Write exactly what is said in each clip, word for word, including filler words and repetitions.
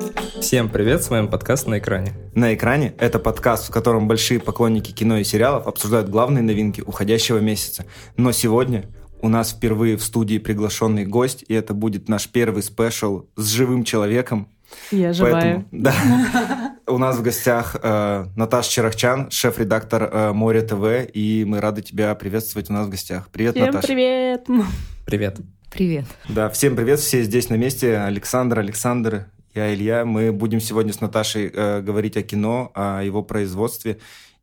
Всем привет, с вами подкаст «На экране». «На экране» — это подкаст, в котором большие поклонники кино и сериалов обсуждают главные новинки уходящего месяца. Но сегодня у нас впервые в студии приглашенный гость, и это будет наш первый спешл с живым человеком. Я живая. Поэтому, да, у нас в гостях э, Наташа Черахчан, шеф-редактор э, Море ТВ, и мы рады тебя приветствовать у нас в гостях. Привет, Всем Наташа. привет. Привет. Привет. Да, всем привет, все здесь на месте. Александр, Александр, я Илья. Мы будем сегодня с Наташей э, говорить о кино, о его производстве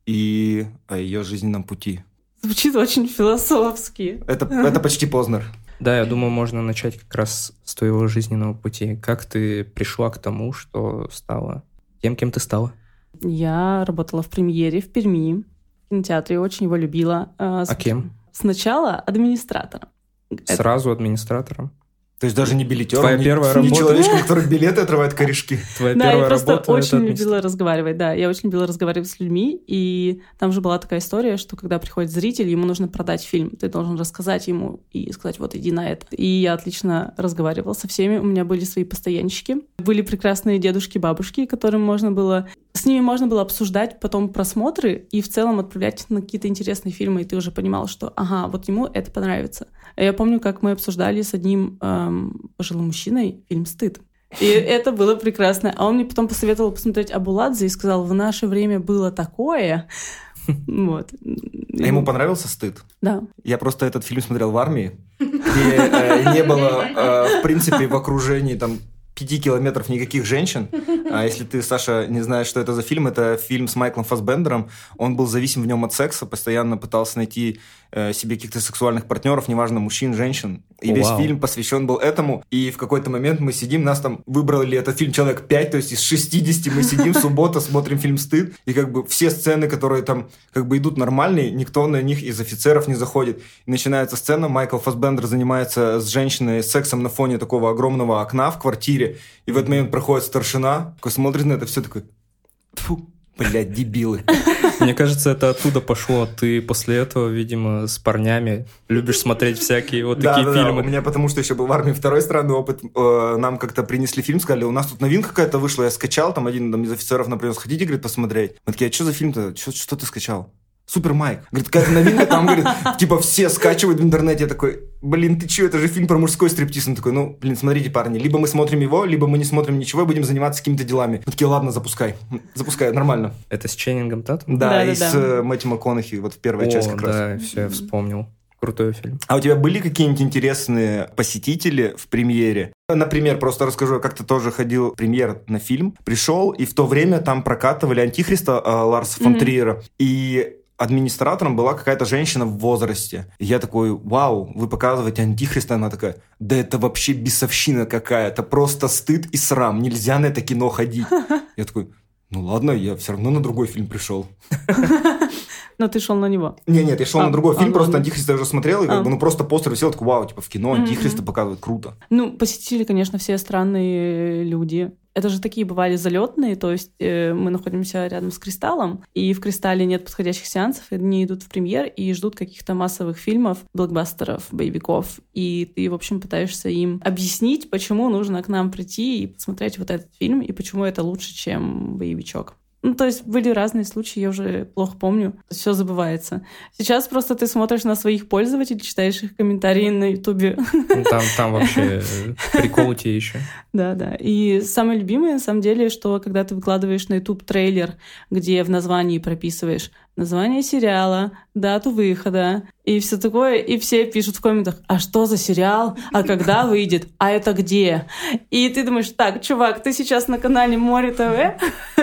и о ее жизненном пути. Звучит очень философски. Это, это почти Познер. Да, я думаю, можно начать как раз с твоего жизненного пути. Как ты пришла к тому, что стала тем, кем ты стала? Я работала в премьере в Перми, в кинотеатре, очень его любила. А кем? Сначала администратором. Сразу администратором? То есть даже не билетером, Твоя не, первая не работа. человечком, который билеты отрывает корешки. Твоя Да, первая я просто работа — очень это любила администратор. разговаривать, да. Я очень любила разговаривать с людьми, и там же была такая история, что когда приходит зритель, ему нужно продать фильм, ты должен рассказать ему и сказать, вот, иди на это. И я отлично разговаривала со всеми, у меня были свои постоянщики. Были прекрасные дедушки, бабушки, которым можно было... С ними можно было обсуждать потом просмотры и в целом отправлять на какие-то интересные фильмы, и ты уже понимал, что, ага, вот ему это понравится. Я помню, как мы обсуждали с одним эм, пожилым мужчиной фильм «Стыд». И это было прекрасно. А он мне потом посоветовал посмотреть Абуладзе и сказал, в наше время было такое. Вот. А ему понравился «Стыд»? Да. Я просто этот фильм смотрел в армии, где э, не было, э, в принципе, в окружении там пяти километров никаких женщин. А если ты, Саша, не знаешь, что это за фильм, это фильм с Майклом Фассбендером. Он был зависим в нем от секса, постоянно пытался найти э, себе каких-то сексуальных партнеров, неважно, мужчин, женщин. И О, весь вау. фильм посвящен был этому. И в какой-то момент мы сидим, нас там выбрали этот фильм человек пять, то есть из шестидесяти мы сидим, суббота, смотрим фильм «Стыд». И как бы все сцены, которые там как бы идут нормальные, никто на них из офицеров не заходит. И начинается сцена, Майкл Фассбендер занимается с женщиной сексом на фоне такого огромного окна в квартире. И в этот момент проходит старшина, такой смотрит на это все, такой, фу, блядь, дебилы. Мне кажется, это оттуда пошло. Ты после этого, видимо, с парнями любишь смотреть всякие вот такие Да, да, фильмы. у меня потому что еще был в армии второй странный опыт. Э, Нам как-то принесли фильм, сказали, у нас тут новинка какая-то вышла, я скачал, там один там, из офицеров, например, хотите, говорит, посмотреть? Мы такие, а что за фильм-то? Что, что ты скачал? Супер Майк. Говорит, какая-то новинка, там, говорит, типа все скачивают в интернете. Я такой, блин, ты че, это же фильм про мужской стриптиз. Он такой, ну, блин, смотрите, парни, либо мы смотрим его, либо мы не смотрим ничего и будем заниматься какими-то делами. Мы такие, ладно, запускай. Запускай, нормально. Это с Ченнингом Татумом? Да, Да, и да, с да. э, Мэтью МакКонахи, вот в первой О, части как раз. да, все, я вспомнил. Крутой фильм. А у тебя были какие-нибудь интересные посетители в премьере? Например, просто расскажу, я как-то тоже ходил в премьер на фильм, пришел, и в то время там прокатывали «Антихриста» э, Ларса фон Мгм. Триера, и администратором была какая-то женщина в возрасте. И я такой, вау, вы показываете «Антихриста», она такая, да это вообще бесовщина какая-то, просто стыд и срам, нельзя на это кино ходить. Я такой, ну ладно, я все равно на другой фильм пришел. Но ты шел на него. Не, нет, я шел А, на другой а, фильм, ну просто ладно. «Антихриста» я уже смотрел, и как А. бы, ну просто постер висел, такой, вау, типа в кино Мгм. «Антихриста» показывают, круто. Ну, посетили, конечно, все странные люди. Это же такие бывали залетные, то есть э, мы находимся рядом с «Кристаллом», и в «Кристалле» нет подходящих сеансов, и они идут в премьер и ждут каких-то массовых фильмов, блокбастеров, боевиков, и ты, в общем, пытаешься им объяснить, почему нужно к нам прийти и посмотреть вот этот фильм, и почему это лучше, чем боевичок. Ну, то есть были разные случаи, я уже плохо помню. Все забывается. Сейчас просто ты смотришь на своих пользователей, читаешь их комментарии на Ютубе. Ну, Там, там вообще приколы те еще. Да, да. И самое любимое, на самом деле, что когда ты выкладываешь на YouTube трейлер, где в названии прописываешь название сериала, дату выхода и все такое, и все пишут в комментах, а что за сериал, а когда выйдет, а это где? И ты думаешь, так, чувак, ты сейчас на канале Море ТВ?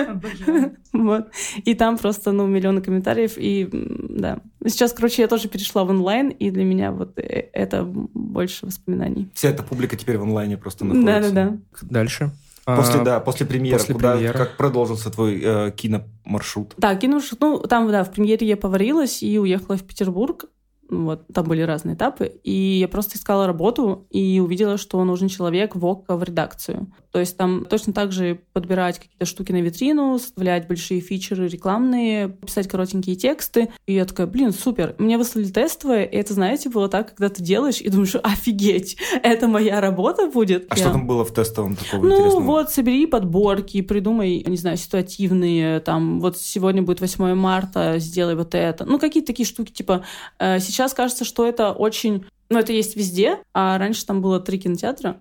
Вот. И там просто, ну, миллионы комментариев, и м, да. Сейчас, короче, я тоже перешла в онлайн, и для меня вот э- это больше воспоминаний. Вся эта публика теперь в онлайне просто находится. Да-да-да. Дальше. После, А, да, после премьеры, после куда, премьеры. как продолжился твой э, киномаршрут? Да, кинуш, ну, там, да, в премьере я поварилась и уехала в Петербург. Вот, там были разные этапы. И я просто искала работу и увидела, что нужен человек в ОККО в редакцию. То есть там точно так же подбирать какие-то штуки на витрину, составлять большие фичеры рекламные, писать коротенькие тексты. И я такая, блин, супер. Мне выслали тестовое, и это, знаете, было так, когда ты делаешь, и думаешь, офигеть, это моя работа будет. А я... что там было в тестовом такого ну, интересного? Ну вот, собери подборки, придумай, не знаю, ситуативные, там, вот сегодня будет восьмое марта, сделай вот это. Ну, какие-то такие штуки, типа, э, сейчас кажется, что это очень... Ну, это есть везде, а раньше там было три кинотеатра,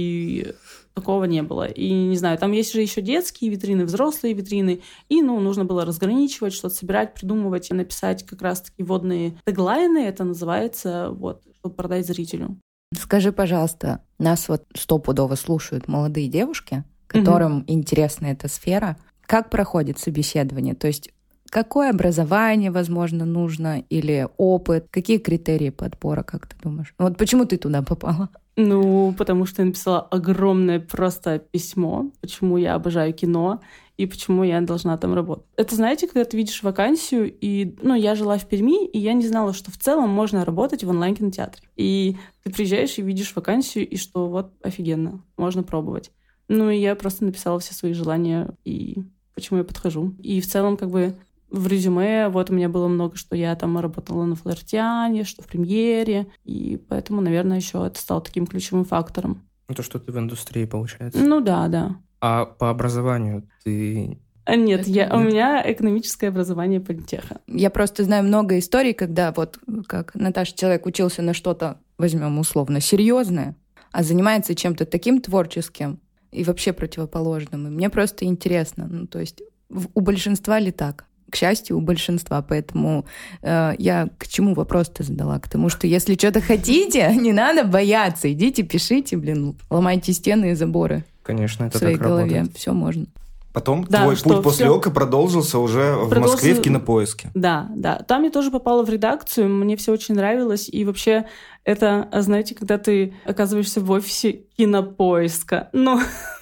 и такого не было. И, не знаю, там есть же еще детские витрины, взрослые витрины, и, ну, нужно было разграничивать, что-то собирать, придумывать, написать как раз-таки вводные теглайны, это называется, вот, чтобы продать зрителю. Скажи, пожалуйста, нас вот стопудово слушают молодые девушки, которым mm-hmm. интересна эта сфера. Как проходит собеседование? То есть какое образование, возможно, нужно или опыт? Какие критерии подбора, как ты думаешь? Вот почему ты туда попала? Ну, потому что я написала огромное просто письмо, почему я обожаю кино и почему я должна там работать. Это, знаете, когда ты видишь вакансию, и, ну, я жила в Перми, и я не знала, что в целом можно работать в онлайн-кинотеатре. И ты приезжаешь и видишь вакансию, и что вот офигенно, можно пробовать. Ну, и я просто написала все свои желания и почему я подхожу. И в целом, как бы, в резюме вот у меня было много, что я там работала на Флаертиане, что в Премьере, и поэтому, наверное, еще это стало таким ключевым фактором. Ну, то, что ты в индустрии, получается. Ну, да, да. А по образованию ты... А нет, я, у меня экономическое образование политеха. Я просто знаю много историй, когда вот как Наташа, человек учился на что-то, возьмем условно, серьезное, а занимается чем-то таким творческим и вообще противоположным. И мне просто интересно, ну, то есть у большинства ли так? К счастью, у большинства. Поэтому э, я к чему вопрос-то задала? К тому, что если что-то хотите, не надо бояться. Идите, пишите, блин, ломайте стены и заборы. Конечно, это в своей так голове. работает. Все можно. Потом да, твой путь после всё... ОК продолжился уже в Продолжился... Москве в Кинопоиске. Да, да. Там я тоже попала в редакцию, мне все очень нравилось. И вообще это, знаете, когда ты оказываешься в офисе Кинопоиска, ну,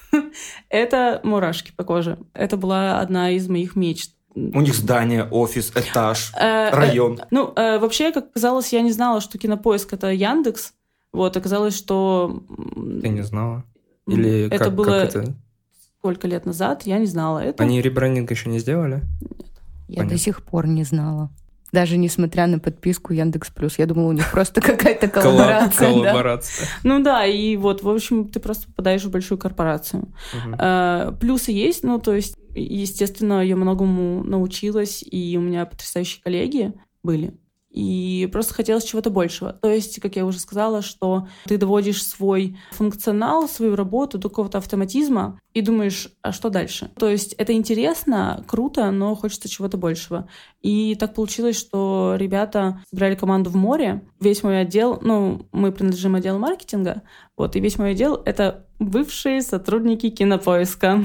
это мурашки по коже. Это была одна из моих мечт. У них здание, офис, этаж, район. Ну, вообще, как оказалось, я не знала, что Кинопоиск — это Яндекс. Вот, оказалось, что... Ты не знала? Или это как, было... как это? Сколько лет назад, я не знала. Это... Они ребрендинг еще не сделали? Нет. Я Понятно. До сих пор не знала. Даже несмотря на подписку Яндекс Плюс. Я думала, у них просто какая-то коллаборация. Коллаборация. Ну да, и вот, в общем, ты просто попадаешь в большую корпорацию. Плюсы есть, ну, то есть, естественно, я многому научилась, и у меня потрясающие коллеги были. И просто хотелось чего-то большего. То есть, как я уже сказала, что ты доводишь свой функционал, свою работу до какого-то автоматизма и думаешь, а что дальше? То есть это интересно, круто, но хочется чего-то большего. И так получилось, что ребята собрали команду в море. Весь мой отдел, ну, мы принадлежим отделу маркетинга, вот, и весь мой отдел — это бывшие сотрудники Кинопоиска.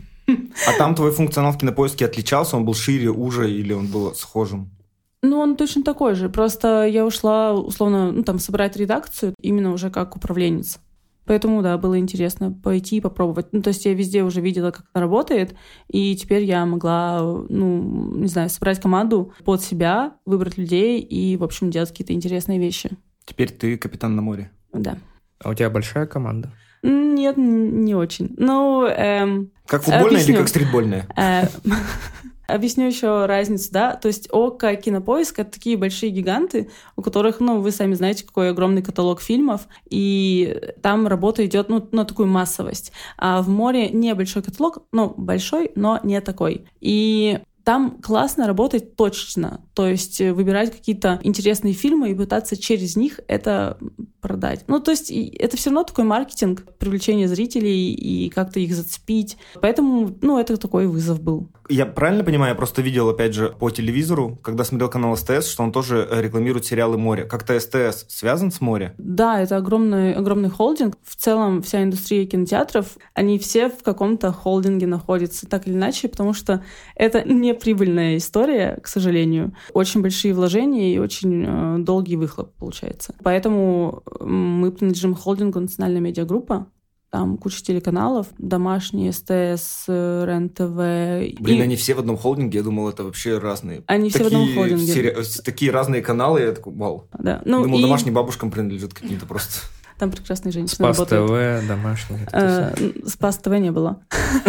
А там твой функционал в Кинопоиске отличался? Он был шире, уже или он был схожим? Ну, он точно такой же. Просто я ушла, условно, ну, там, собрать редакцию именно уже как управленец. Поэтому, да, было интересно пойти и попробовать. Ну, то есть я везде уже видела, как это работает, и теперь я могла, ну, не знаю, собрать команду под себя, выбрать людей и, в общем, делать какие-то интересные вещи. Теперь ты капитан на море. Да. А у тебя большая команда? Нет, не очень. Ну, эм, как футбольная объясню. Или как стритбольная? Э, Объясню еще разницу, да, то есть ОК, Кинопоиск — это такие большие гиганты, у которых, ну, вы сами знаете, какой огромный каталог фильмов, и там работа идет, ну, на такую массовость. А в море небольшой каталог, ну, большой, но не такой. И там классно работать точечно, то есть выбирать какие-то интересные фильмы и пытаться через них это продать. Ну, то есть это все равно такой маркетинг, привлечение зрителей и как-то их зацепить. Поэтому, ну, это такой вызов был. Я правильно понимаю, я просто видел, опять же, по телевизору, когда смотрел канал СТС, что он тоже рекламирует сериалы «Море». Как-то СТС связан с «Море»? Да, это огромный, огромный холдинг. В целом вся индустрия кинотеатров, они все в каком-то холдинге находятся, так или иначе, потому что это не прибыльная история, к сожалению. Очень большие вложения и очень э, долгий выхлоп получается. Поэтому мы принадлежим холдингу «Национальная медиагруппа». Там куча телеканалов, домашние, СТС, РЕН-ТВ. Блин, и... они все в одном холдинге, я думал, это вообще разные. Они такие, все в одном холдинге. Сери... Такие разные каналы, я такой, вау. Да. Ну, думал, и... домашним бабушкам принадлежат каким-то просто... Там прекрасные женщины Спас работают. ТВ, домашний. Э, Спас ТВ не было.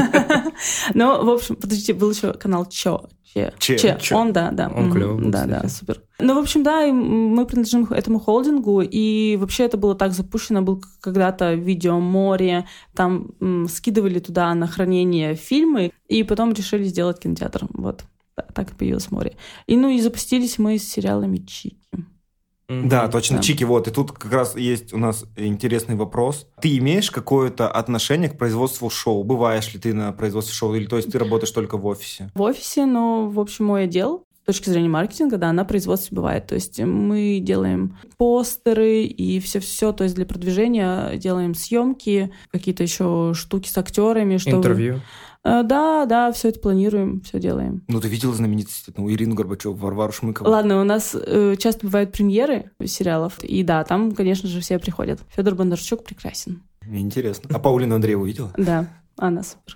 Ну, в общем, подождите, был еще канал Чо. Че. Че. Че. Че. Он, да, да. Он Мгм. клёвый был, Да, да, кстати. супер. Ну, в общем, да, и мы принадлежим этому холдингу, и вообще это было так запущено, был когда-то видеоморе, там м, скидывали туда на хранение фильмы, и потом решили сделать кинотеатр. Вот. Та- Так и появилось море. И, ну, и запустились мы с сериалами Чики. Мгм. Да, точно, Да. Чики, вот. И тут как раз есть у нас интересный вопрос. Ты имеешь какое-то отношение к производству шоу? Бываешь ли ты на производстве шоу? Или то есть ты работаешь только в офисе? В офисе, но, в общем, мой отдел с точки зрения маркетинга, да, на производстве бывает. То есть мы делаем постеры и все-все, то есть для продвижения делаем съемки, какие-то еще штуки с актерами. Чтобы... Интервью. Э, Да, да, все это планируем, все делаем. Ну, ты видела знаменитости? Ну, Ирину Горбачеву, Варвару Шмыкову. Ладно, у нас э, часто бывают премьеры сериалов, и да, там, конечно же, все приходят. Федор Бондарчук прекрасен. Мне интересно. А Паулину Андрееву видела? Да, она супер.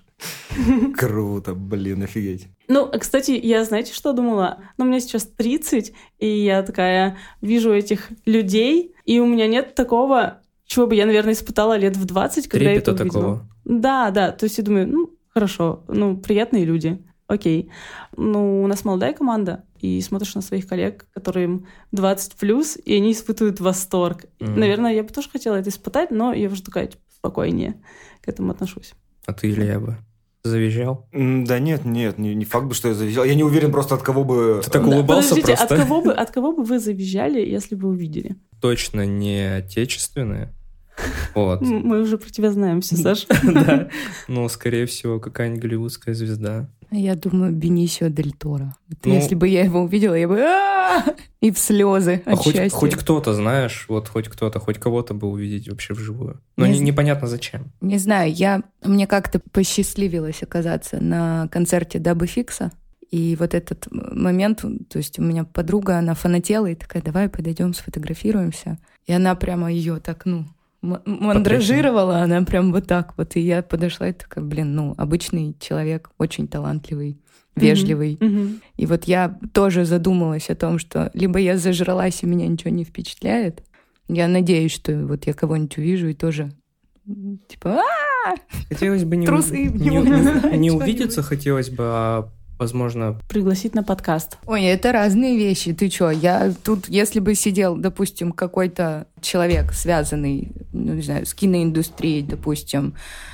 Круто, блин, офигеть. Ну, кстати, я, знаете, что думала? Ну, мне сейчас тридцать, и я такая вижу этих людей, и у меня нет такого, чего бы я, наверное, испытала лет в двадцать, когда я это Трепета увидела. такого. Да, да, то есть я думаю, ну, хорошо, ну, приятные люди, окей. Ну, у нас молодая команда, и смотришь на своих коллег, которым двадцать плюс, и они испытывают восторг. Мгм. Наверное, я бы тоже хотела это испытать, но я уже такая, типа, спокойнее к этому отношусь. А ты, Илья, бы завизжал? М, Да нет, нет, не, не факт бы, что я завизжал. Я не уверен просто, от кого бы... Ты так э, Да, улыбался подождите, просто. от кого, бы, от кого бы вы завизжали, если бы увидели? Точно не отечественные. Вот. М, Мы уже про тебя знаем все, Саш. Да. Ну, скорее всего, какая-нибудь голливудская звезда. Я думаю, Бенисио Дель Торо. Вот Ну- Если бы я его увидела, я бы «А-а-а!» и в слезы А от хоть, счастья. хоть кто-то, знаешь, вот хоть кто-то, хоть кого-то бы увидеть вообще вживую. Но Не не- з- непонятно зачем. Не знаю, я мне как-то посчастливилось оказаться на концерте Дабы Фикса. И вот этот м- момент, то есть у меня подруга, она фанатела и такая, давай подойдем, сфотографируемся. И она прямо ее так, ну, м- мандражировала, она прям вот так вот. И я подошла и такая, блин, ну, обычный человек, очень талантливый, вежливый. Мгм. И вот я тоже задумалась о том, что либо я зажралась, и меня ничего не впечатляет. Я надеюсь, что вот я кого-нибудь увижу и тоже м, типа «А!» Хотелось бы не, Трусы не, в него, не- не знаю, не что увидеться, хотелось бы, а возможно... Пригласить на подкаст. Ой, это разные вещи. Ты чё? Я тут, если бы сидел, допустим, какой-то человек, связанный, ну, не знаю, с киноиндустрией, допустим,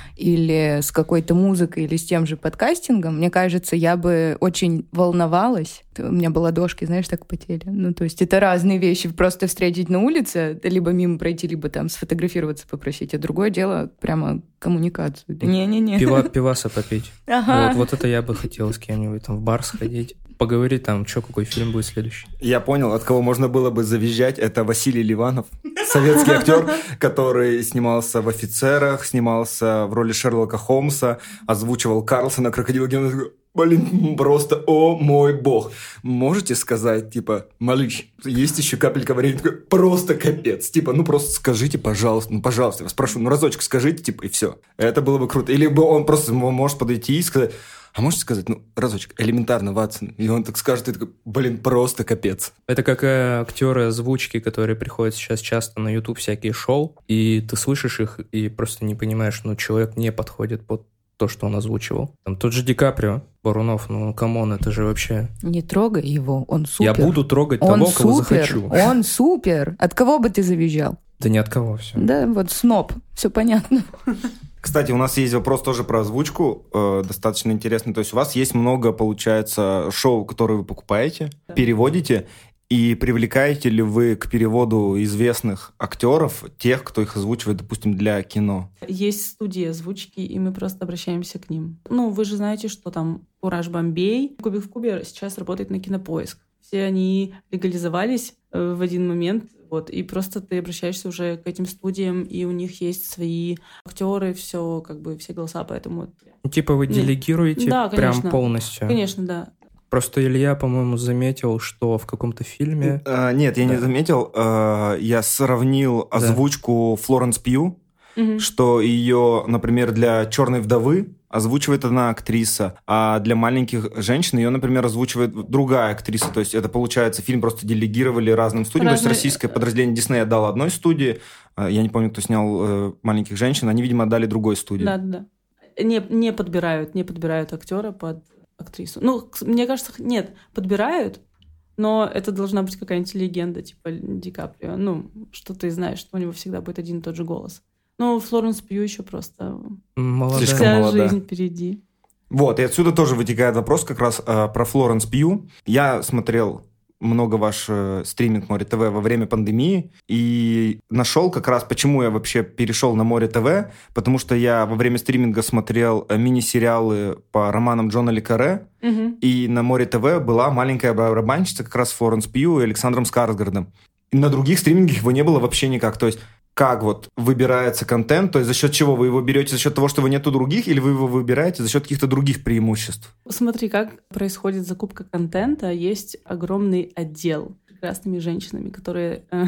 или с какой-то музыкой, или с тем же подкастингом, мне кажется, я бы очень волновалась. У меня бы ладошки, знаешь, так потели. Ну, то есть это разные вещи. Просто встретить на улице, либо мимо пройти, либо там сфотографироваться попросить. А другое дело прямо коммуникацию. Да не-не-не. Пива, пиваса попить. Ага. Вот, вот это я бы хотел с кем-нибудь там в бар сходить, поговорить там, что, какой фильм будет следующий. Я понял, от кого можно было бы завизжать. Это Василий Ливанов, советский актер, который снимался в «Офицерах», снимался в роли Шерлока Холмса, озвучивал Карлсона, Крокодила Гена. Блин, просто, о мой бог. Можете сказать, типа, малыш, есть еще капелька варенья? Такой, просто капец. Типа, ну просто скажите, пожалуйста, ну пожалуйста, я вас прошу, ну разочек скажите, типа, и все. Это было бы круто. Или бы он просто может подойти и сказать, а можете сказать, ну, разочек, элементарно, Ватсон. И он так скажет, и такой, блин, просто капец. Это как э, актеры озвучки, которые приходят сейчас часто на YouTube всякие шоу, и ты слышишь их и просто не понимаешь, ну, человек не подходит под то, что он озвучивал. Там тот же Ди Каприо, Барунов, ну, камон, это же вообще... Не трогай его, он супер. Я буду трогать Он того, кого супер, захочу. он супер. От кого бы ты завизжал? Да ни от кого все. Да, вот сноб, все понятно. Кстати, у нас есть вопрос тоже про озвучку, э, достаточно интересный. То есть у вас есть много, получается, шоу, которые вы покупаете, переводите, и привлекаете ли вы к переводу известных актеров, тех, кто их озвучивает, допустим, для кино? Есть студии озвучки, и мы просто обращаемся к ним. Ну, вы же знаете, что там Кураж Бомбей, Кубик в кубе сейчас работает на Кинопоиск. Все они легализовались э, в один момент, вот, и просто ты обращаешься уже к этим студиям, и у них есть свои актеры, все, как бы, все голоса, поэтому... Ну, типа вы Нет. делегируете Да, прям конечно. полностью? Конечно, да. Просто Илья, по-моему, заметил, что в каком-то фильме... Э, нет, я Да. не заметил. Э, я сравнил Да. озвучку Флоренс Пью, Мгм. что ее, например, для «Черной вдовы» озвучивает одна актриса, а для «Маленьких женщин» ее, например, озвучивает другая актриса. То есть это, получается, фильм просто делегировали разным студиям. То Разные- есть российское подразделение Диснея дало одной студии, я не помню, кто снял «Маленьких женщин», они, видимо, отдали другой студии. Да-да-да. Не, не подбирают, не подбирают актера под актрису. Ну, мне кажется, нет, подбирают, но это должна быть какая-нибудь легенда, типа Ди Каприо. Ну, что ты знаешь, что у него всегда будет один и тот же голос. Ну, Флоренс Пью еще просто... Молодая. Вся молода. жизнь впереди. Вот, и отсюда тоже вытекает вопрос как раз э, про Флоренс Пью. Я смотрел много ваш э, стриминг Море ТВ во время пандемии и нашел как раз, почему я вообще перешел на Море ТВ, потому что я во время стриминга смотрел э, мини-сериалы по романам Джона Ле Карре, Угу. и на Море ТВ была маленькая барабанщица как раз Флоренс Пью и Александром Скарсгардом. И на других стримингах его не было вообще никак. То есть как вот выбирается контент, то есть за счет чего вы его берете, за счет того, что его нету других, или вы его выбираете за счет каких-то других преимуществ? Смотри, как происходит закупка контента. Есть огромный отдел с прекрасными женщинами, которые... э,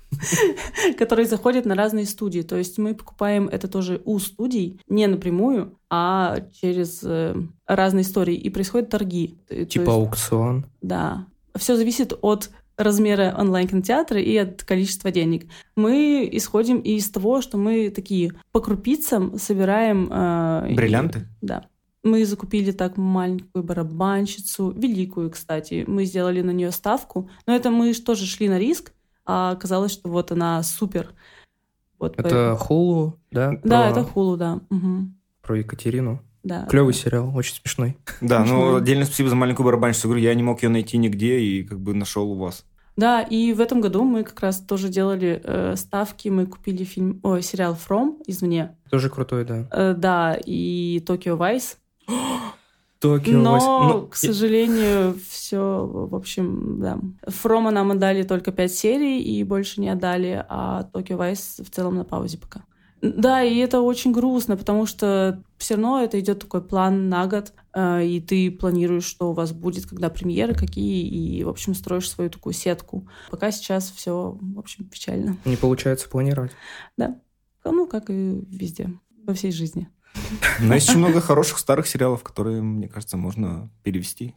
которые заходят на разные студии. То есть мы покупаем это тоже у студий, не напрямую, а через э, разные истории. И происходят торги. То Типа есть, аукцион. да. Все зависит от размера онлайн-кинотеатра и от количества денег. Мы исходим из того, что мы такие по крупицам собираем... Э, Бриллианты? И, да. Мы закупили так маленькую барабанщицу, великую, кстати. Мы сделали на нее ставку. Но это мы тоже шли на риск, а оказалось, что вот она супер. Вот Это Hulu, да? Да, Про- это Hulu, да. Угу. Про Екатерину. Да. Клевый сериал, очень смешной. Да, ну Смешно. отдельно спасибо за маленькую барабанщицу. Говорю, я не мог ее найти нигде и как бы нашел у вас. Да, и в этом году мы как раз тоже делали э, ставки. Мы купили фильм, ой, сериал «From» извне. Тоже крутой, да. Э, да, и «Токио Вайс». Токио Но, Вайс. Ну, к сожалению, все, в общем, да. «Фрома» нам отдали только пять серий и больше не отдали, а «Токио Вайс» в целом на паузе пока. Да, и это очень грустно, потому что все равно это идет такой план на год, э, и ты планируешь, что у вас будет, когда премьеры какие, и, в общем, строишь свою такую сетку. Пока сейчас все, в общем, печально. Не получается планировать. Да. Ну, как и везде, во всей жизни. Но есть очень много хороших старых сериалов, которые, мне кажется, можно перевести.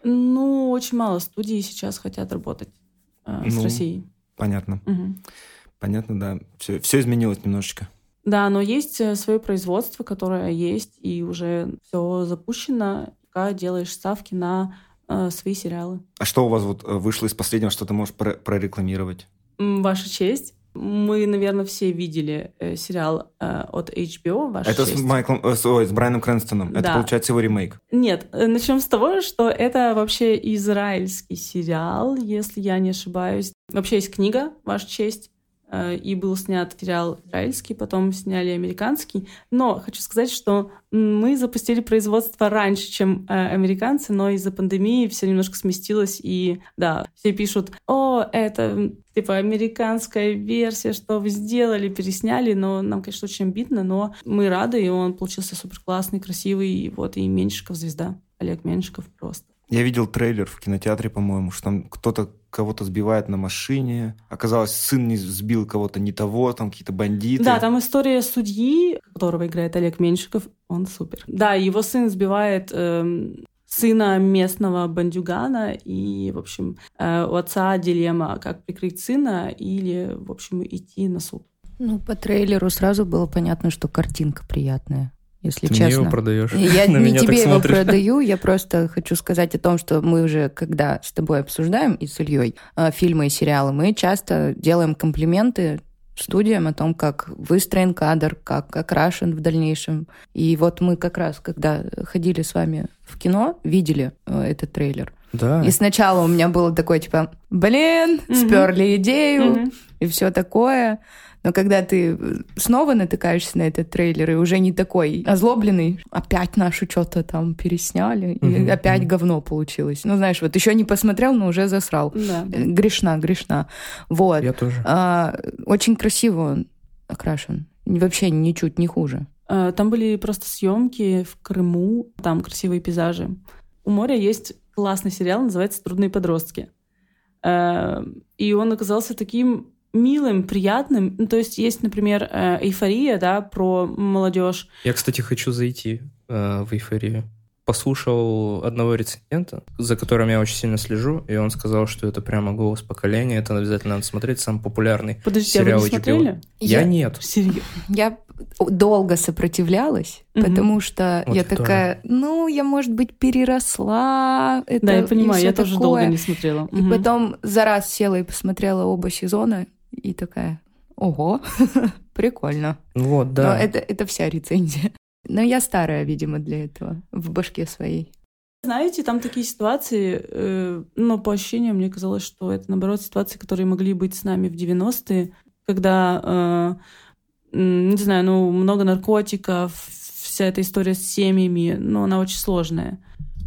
Ну, очень мало студий сейчас хотят работать э, с Ну, Россией. Понятно. Мгм. Понятно, да. Все, все изменилось немножечко. Да, но есть э, свое производство, которое есть, и уже все запущено, пока делаешь ставки на э, свои сериалы. А что у вас вот э, вышло из последнего, что ты можешь про- прорекламировать? М, Ваша честь. Мы, наверное, все видели э, сериал э, от эйч би о «Ваша Это честь». с Майклом, э, с, ой, с Брайаном Крэнстоном. Это, Да. получается, его ремейк. Нет, э, начнем с того, что это вообще израильский сериал, если я не ошибаюсь. Вообще есть книга «Ваша честь», э, и был снят сериал израильский, потом сняли американский. Но хочу сказать, что мы запустили производство раньше, чем э, американцы, но из-за пандемии все немножко сместилось, и да, все пишут: «О, это типа американская версия, что вы сделали, пересняли», но нам, конечно, очень обидно, но мы рады, и он получился супер классный, красивый, и вот, и Меньшиков звезда, Олег Меньшиков просто. Я видел трейлер в кинотеатре, по-моему, что там кто-то кого-то сбивает на машине. Оказалось, сын не сбил кого-то не того, там какие-то бандиты. Да, там история судьи, которого играет Олег Меньшиков, он супер. Да, его сын сбивает эм, сына местного бандюгана, и, в общем, э, у отца дилемма, как прикрыть сына или, в общем, идти на суд. Ну, по трейлеру сразу было понятно, что картинка приятная, если Ты честно. мне его продаешь. Я На не меня так тебе его смотришь. продаю, я просто хочу сказать о том, что мы уже, когда с тобой обсуждаем и с Ильей э, фильмы и сериалы, мы часто делаем комплименты студиям о том, как выстроен кадр, как окрашен в дальнейшем. И вот мы как раз, когда ходили с вами в кино, видели э, этот трейлер. Да. И сначала у меня было такое, типа, блин, Мгм. сперли идею Мгм. и все такое. Но когда ты снова натыкаешься на этот трейлер и уже не такой озлобленный, опять нашу что-то там пересняли, и Мгм, опять мгм. говно получилось. Ну, знаешь, вот еще не посмотрел, но уже засрал. Да. Э, Грешна, грешна. Вот. Я тоже. А, очень красиво он окрашен. Вообще ничуть не хуже. Э, Там были просто съемки в Крыму, там красивые пейзажи. У моря есть классный сериал, называется «Трудные подростки». Э, И он оказался таким милым, приятным. Ну, то есть есть, например, э, «Эйфория», да, про молодежь. Я, кстати, хочу зайти э, в «Эйфорию». послушал одного рецензента, за которым я очень сильно слежу, и он сказал, что это прямо голос поколения, это обязательно надо смотреть, самый популярный Подождите, сериал а вы не эйч би о. смотрели? Я, Я- нет. Серьезно? Я долго сопротивлялась, Мгм. потому что Вот я я тоже. такая, ну, я, может быть, переросла. Это, Да, я и понимаю, всё я тоже такое. долго не смотрела. И Мгм. потом за раз села и посмотрела оба сезона, и такая, ого, прикольно. Вот, Но да. это, это вся рецензия. Но я старая, видимо, для этого, в башке своей. Знаете, там такие ситуации, э, но по ощущениям мне казалось, что это, наоборот, ситуации, которые могли быть с нами в девяностые, когда, э, м, не знаю, ну, много наркотиков, вся эта история с семьями, ну, она очень сложная.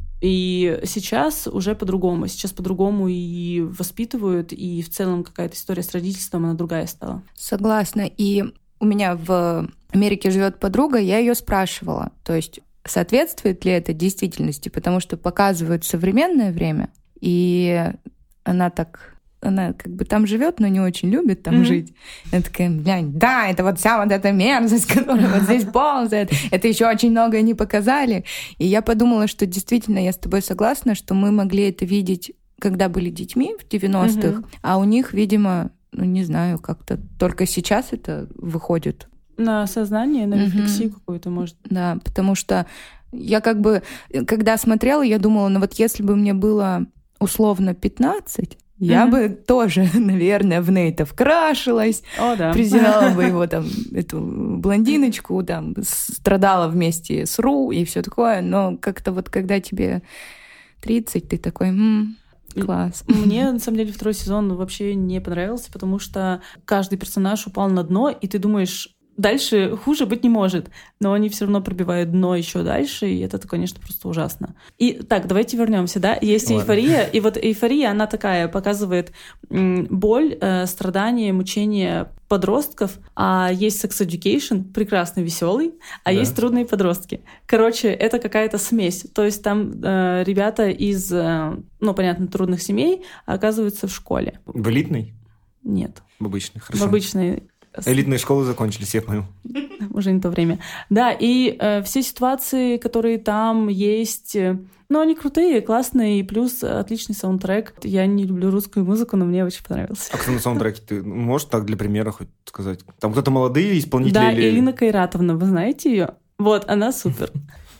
И сейчас уже по-другому. Сейчас по-другому и воспитывают, и в целом какая-то история с родительством, она другая стала. Согласна. И у меня в Америке живет подруга, я ее спрашивала, то есть соответствует ли это действительности, потому что показывают современное время, и она так, она как бы там живет, но не очень любит там Мгм. жить. Я такая, блядь, да, это вот вся вот эта мерзость, которая вот здесь ползает, это еще очень многое не показали. И я подумала, что действительно я с тобой согласна, что мы могли это видеть, когда были детьми в девяностых, Мгм. а у них, видимо, ну не знаю, как-то только сейчас это выходит. На сознание, на Мгм. рефлексию какую-то, может. Да, потому что я как бы, когда смотрела, я думала, ну вот если бы мне было условно пятнадцать, я Мгм. бы тоже, наверное, в Нейта вкрашилась, О, да. презирала бы его там, эту блондиночку, там, страдала вместе с Ру и все такое, но как-то вот когда тебе тридцать, ты такой, м, класс. Мне, на самом деле, второй сезон вообще не понравился, потому что каждый персонаж упал на дно, и ты думаешь, дальше хуже быть не может. Но они все равно пробивают дно еще дальше, и это, конечно, просто ужасно. И так, давайте вернемся, да? Есть Ладно. эйфория, и вот эйфория, она такая, показывает м, боль, э, страдания, мучения подростков, а есть Sex Education, прекрасно веселый, а Да. есть трудные подростки. Короче, это какая-то смесь. То есть там э, ребята из, э, ну, понятно, трудных семей оказываются в школе. В элитной? Нет, В обычной, в хорошо. обычной. Элитные школы закончились, я понял. Уже не то время. Да, и э, все ситуации, которые там есть, э, ну, они крутые, классные, и плюс отличный саундтрек. Я не люблю русскую музыку, но мне очень понравился. А кто на саундтреке? Ты можешь так для примера хоть сказать? Там кто-то молодые исполнители? Да, или... Элина Кайратовна, вы знаете ее? Вот, она супер.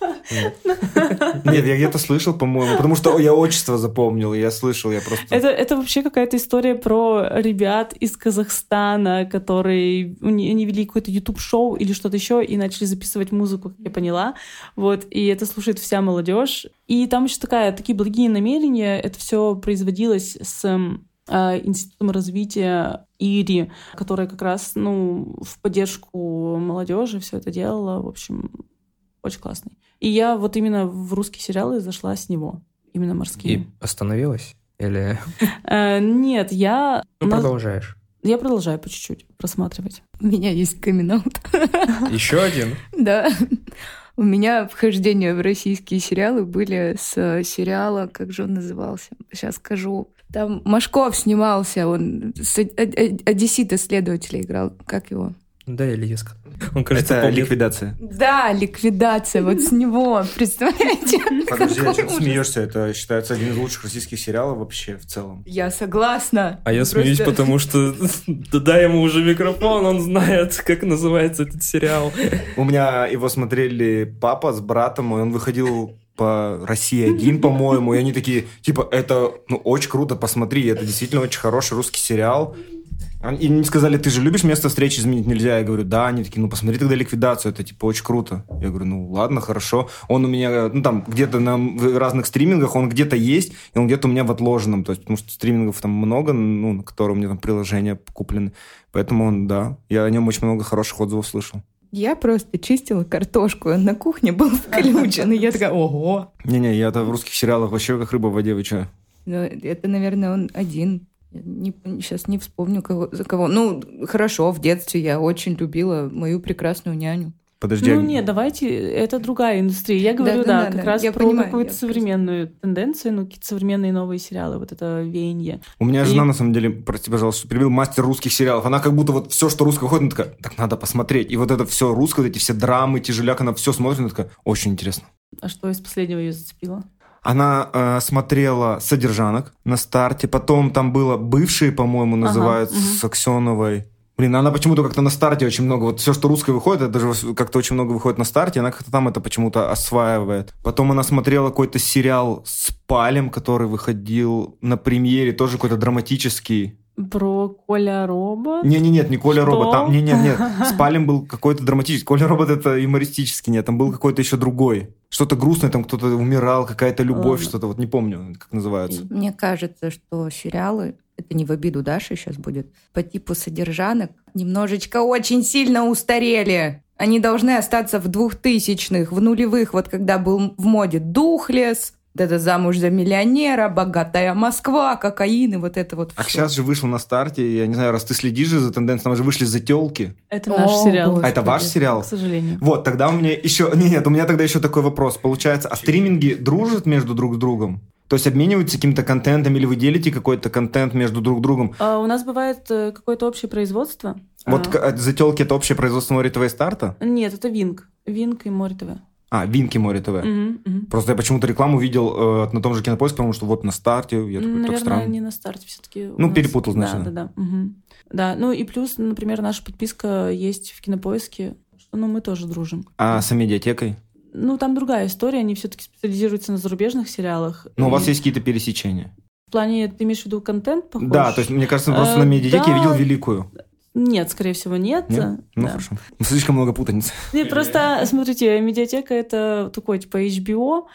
Нет, я где-то слышал, по-моему, потому что я отчество запомнил, я слышал, я просто... Это, это вообще какая-то история про ребят из Казахстана, которые они они вели какое-то YouTube-шоу или что-то еще и начали записывать музыку, как я поняла. Вот, и это слушает вся молодежь. И там еще такая, такие благие намерения. Это все производилось с э, Институтом развития ИРИ, которая как раз, ну, в поддержку молодежи все это делала. В общем, очень классный. И я вот именно в русские сериалы зашла с него. Именно морские. И остановилась? Или Э, Нет, я... ну, у нас- продолжаешь? Я продолжаю по чуть-чуть просматривать. У меня есть камин-аут. Еще один? Да. У меня вхождения в российские сериалы были с сериала, как же он назывался? Сейчас скажу. Там Машков снимался, он с Од- Од- Одессита следователя играл. Как его? Да, Ильиска. Он, кажется, Это помнит. ликвидация. Да, ликвидация, вот с него, представляете? Подожди, Какой а что ты ужас. смеешься? Это считается один из лучших российских сериалов вообще в целом. Я согласна. А я смеюсь, Просто- потому что да дай ему уже микрофон, он знает, как называется этот сериал. У меня его смотрели папа с братом, и он выходил по России один, по-моему, и они такие, типа, это, ну, очень круто, посмотри, это действительно очень хороший русский сериал. И мне сказали, ты же любишь место встречи изменить нельзя? Я говорю, да. Они такие, ну, посмотри тогда ликвидацию, это, типа, очень круто. Я говорю, ну, ладно, хорошо. Он у меня, ну, там, где-то на в разных стримингах, он где-то есть, и он где-то у меня в отложенном, то есть, потому что стримингов там много, ну, на которые у меня там приложения куплены. Поэтому он, да, я о нем очень много хороших отзывов слышал. Я просто чистила картошку, он на кухне был включен, и я такая, ого. Не-не, я-то в русских сериалах вообще как рыба в воде, вы чё? Ну, это, наверное, он один. Я не, сейчас не вспомню, кого, за кого. Ну, хорошо, в детстве я очень любила мою прекрасную няню. Подожди. Ну а- нет, давайте, это другая индустрия. Я говорю, Да, да, да, да, как да, раз я про понимаю, какую-то я современную тенденцию, ну, какие-то современные новые сериалы, вот это веяние. У меня И- жена, на самом деле, прости, пожалуйста, что перебил, мастер русских сериалов. Она как будто вот все, что русское выходит, она такая, так надо посмотреть. И вот это все русское, вот эти все драмы, тяжеляк, она все смотрит, она такая, очень интересно. А что из последнего ее зацепило? Она э, смотрела «Содержанок» на старте, потом там было «Бывшие», по-моему, называются, ага, с Аксеновой. Блин, она почему-то как-то на старте очень много, вот все, что русское выходит, это даже как-то очень много выходит на старте, она как-то там это почему-то осваивает. Потом она смотрела какой-то сериал с Палем, который выходил на премьере, тоже какой-то драматический. Про Коля Робот? Не-не-нет, не Коля Робот. Там, не-не-нет, с Палем был какой-то драматический. Коля Робот это юмористический, нет, там был какой-то еще другой. Что-то грустное, там кто-то умирал, какая-то любовь, Ладно. Что-то, вот не помню, как называется. Мне кажется, что сериалы, это не в обиду Даши сейчас будет, по типу «Содержанок» немножечко очень сильно устарели. Они должны остаться в двухтысячных, в нулевых, вот когда был в моде «Духлес», это «Замуж за миллионера», «Богатая Москва», «Кокаин» и вот это вот А все. сейчас же вышло на старте, я не знаю, раз ты следишь же за тенденцией, там же вышли «Зателки». Это наш О, сериал. Господи. А это ваш сериал? К сожалению. Вот, тогда у меня еще... Нет, нет, у меня тогда еще такой вопрос. Получается, а стриминги дружат между друг с другом? То есть обмениваются каким-то контентом или вы делите какой-то контент между друг другом? А, у нас бывает какое-то общее производство. Вот а... «Зателки» — это общее производство Море ТВ и Старта? Нет, это Винк. Винк и Море ТВ. А, Винки Море ТВ. Угу, угу. Просто я почему-то рекламу видел э, на том же Кинопоиске, потому что вот на старте. Я такой, Наверное, так странно. не на старте все-таки. Ну, нас... перепутал, значит. Да, да, да. Угу. Да, ну и плюс, например, наша подписка есть в Кинопоиске, что ну, мы тоже дружим. А да. с Амедиатекой? Ну, там другая история, они все-таки специализируются на зарубежных сериалах. Но и... у вас есть какие-то пересечения? В плане, ты имеешь в виду контент похож? Да, то есть, мне кажется, просто а, на Медиатеке да... я видел великую. Нет, скорее всего, нет. Нет? Ну, да. хорошо. Слишком много путаниц. Нет, просто, смотрите, Медиатека — это такой, типа, эйч би о,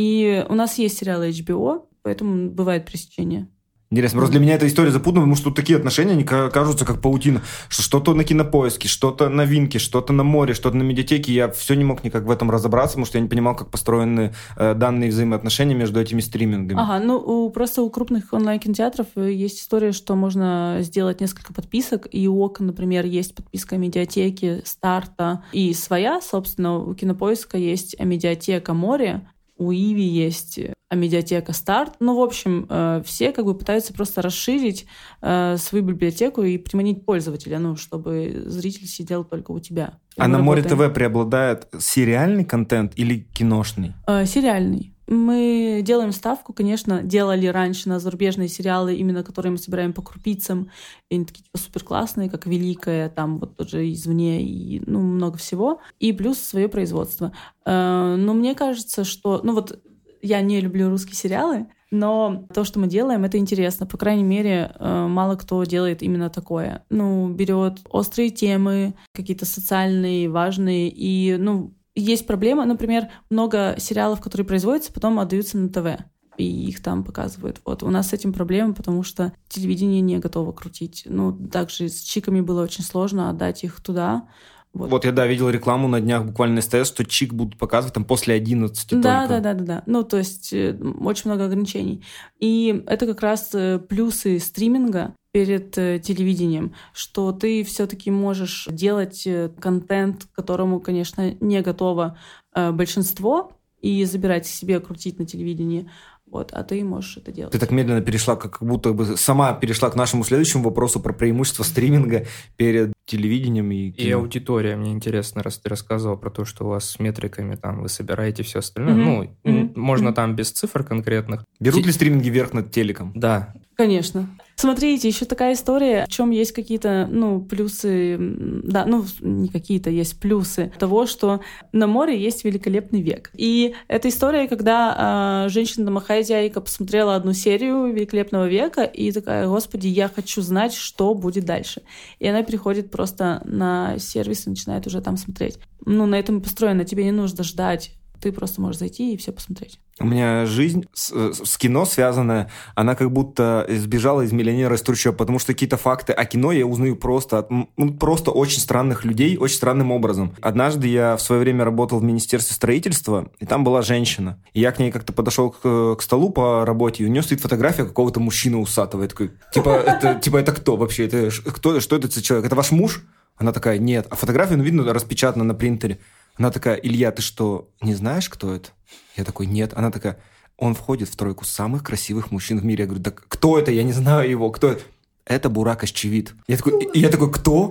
и у нас есть сериалы эйч би о, поэтому бывает пересечение. Интересно, просто для меня эта история запутана, потому что тут такие отношения, они кажутся как паутина. Что что-то на Кинопоиске, что-то на Винке, что-то на Море, что-то на Медиатеке. Я все не мог никак в этом разобраться, потому что я не понимал, как построены э, данные взаимоотношения между этими стримингами. Ага, ну у, просто у крупных онлайн-кинотеатров есть история, что можно сделать несколько подписок, и у ОК, например, есть подписка Медиатеки, Старта и своя, собственно, у Кинопоиска есть Медиатека Море, у Иви есть Медиатека Старт. Ну, в общем, все как бы пытаются просто расширить свою библиотеку и приманить пользователя, ну, чтобы зритель сидел только у тебя. А на Море ТВ преобладает сериальный контент или киношный? Сериальный. Мы делаем ставку, конечно, делали раньше на зарубежные сериалы, именно которые мы собираем по крупицам, и они такие типа супер классные, как «Великая», там вот тоже «Извне» и ну, много всего, и плюс свое производство. Но мне кажется, что... Ну вот я не люблю русские сериалы, но то, что мы делаем, это интересно. По крайней мере, мало кто делает именно такое. Ну, берет острые темы, какие-то социальные, важные, и, ну, есть проблема, например, много сериалов, которые производятся, потом отдаются на ТВ, и их там показывают. Вот у нас с этим проблема, потому что телевидение не готово крутить. Ну, также с «Чиками» было очень сложно отдать их туда. Вот. вот я, да, видел рекламу на днях буквально на СТС, что «Чик» будут показывать там после одиннадцати да, только. Да, да, да, да. Ну, то есть очень много ограничений. И это как раз плюсы стриминга перед телевидением, что ты все-таки можешь делать контент, к которому, конечно, не готово большинство, и забирать себе, крутить на телевидении. Вот, а ты можешь это делать. Ты так медленно перешла, как будто бы сама перешла к нашему следующему вопросу про преимущество стриминга перед телевидением и кино. И аудитория. Мне интересно, раз ты рассказывал про то, что у вас с метриками там вы собираете все остальное. Mm-hmm. Ну, mm-hmm. можно mm-hmm. там без цифр конкретных. Берут Те... ли стриминги верх над телеком? Да. Конечно. Смотрите, еще такая история, в чем есть какие-то, ну, плюсы, да, ну, не какие-то, есть плюсы того, что на море есть великолепный век. И эта история, когда э, женщина-домохозяйка посмотрела одну серию великолепного века и такая: господи, я хочу знать, что будет дальше. И она переходит просто на сервис и начинает уже там смотреть. Ну, на этом и построено. Тебе не нужно ждать. Ты просто можешь зайти и все посмотреть. У меня жизнь с, с кино связанная, она как будто сбежала из «Миллионера из трущоб», потому что какие-то факты о кино я узнаю просто от ну, просто очень странных людей, очень странным образом. Однажды я в свое время работал в Министерстве строительства, и там была женщина. И я к ней как-то подошел к, к столу по работе, и у нее стоит фотография какого-то мужчины усатого. Я такой, типа, это, типа, это кто вообще? Это, кто, что это за человек? Это ваш муж? Она такая: нет. А фотография, ну, видно, распечатана на принтере. Она такая: Илья, ты что, не знаешь, кто это? Я такой: нет. Она такая: он входит в тройку самых красивых мужчин в мире. Я говорю: так кто это? Я не знаю его. Кто это? Это Бурак Озчивит. Я такой, и я такой: кто?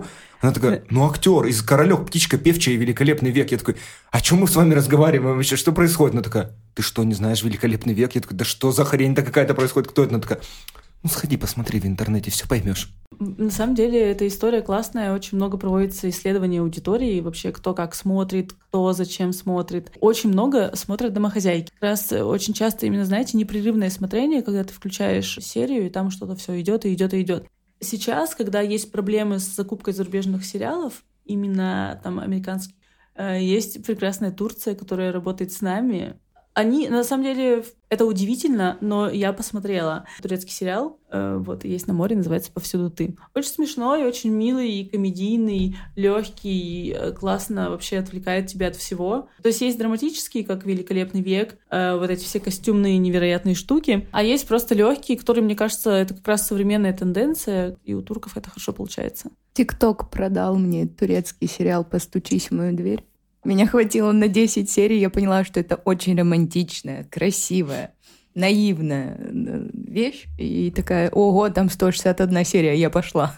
Она такая, ну, актер из «Королек, птичка певчая и великолепный век». Я такой, о чем мы с вами разговариваем вообще? Что происходит? Она такая, ты что, не знаешь великолепный век? Я такой, да что за хрень-то какая-то происходит? Кто это? Она такая, ну, сходи, посмотри в интернете, все поймешь. На самом деле, эта история классная, очень много проводится исследований аудитории, вообще кто как смотрит, кто зачем смотрит. Очень много смотрят домохозяйки. Как раз очень часто именно, знаете, непрерывное смотрение, когда ты включаешь серию, и там что-то все идет и идет и идет. Сейчас, когда есть проблемы с закупкой зарубежных сериалов, именно там американских, есть прекрасная Турция, которая работает с нами. Они, на самом деле, это удивительно, но я посмотрела турецкий сериал, э, вот, есть на море, называется «Повсюду ты». Очень смешной, очень милый, и комедийный, легкий, классно вообще отвлекает тебя от всего. То есть есть драматические, как «Великолепный век», э, вот эти все костюмные невероятные штуки, а есть просто легкие, которые, мне кажется, это как раз современная тенденция, и у турков это хорошо получается. ТикТок продал мне турецкий сериал «Постучись в мою дверь». Меня хватило на десять серий, я поняла, что это очень романтичная, красивая, наивная вещь. И такая, ого, там сто шестьдесят одна серия, я пошла.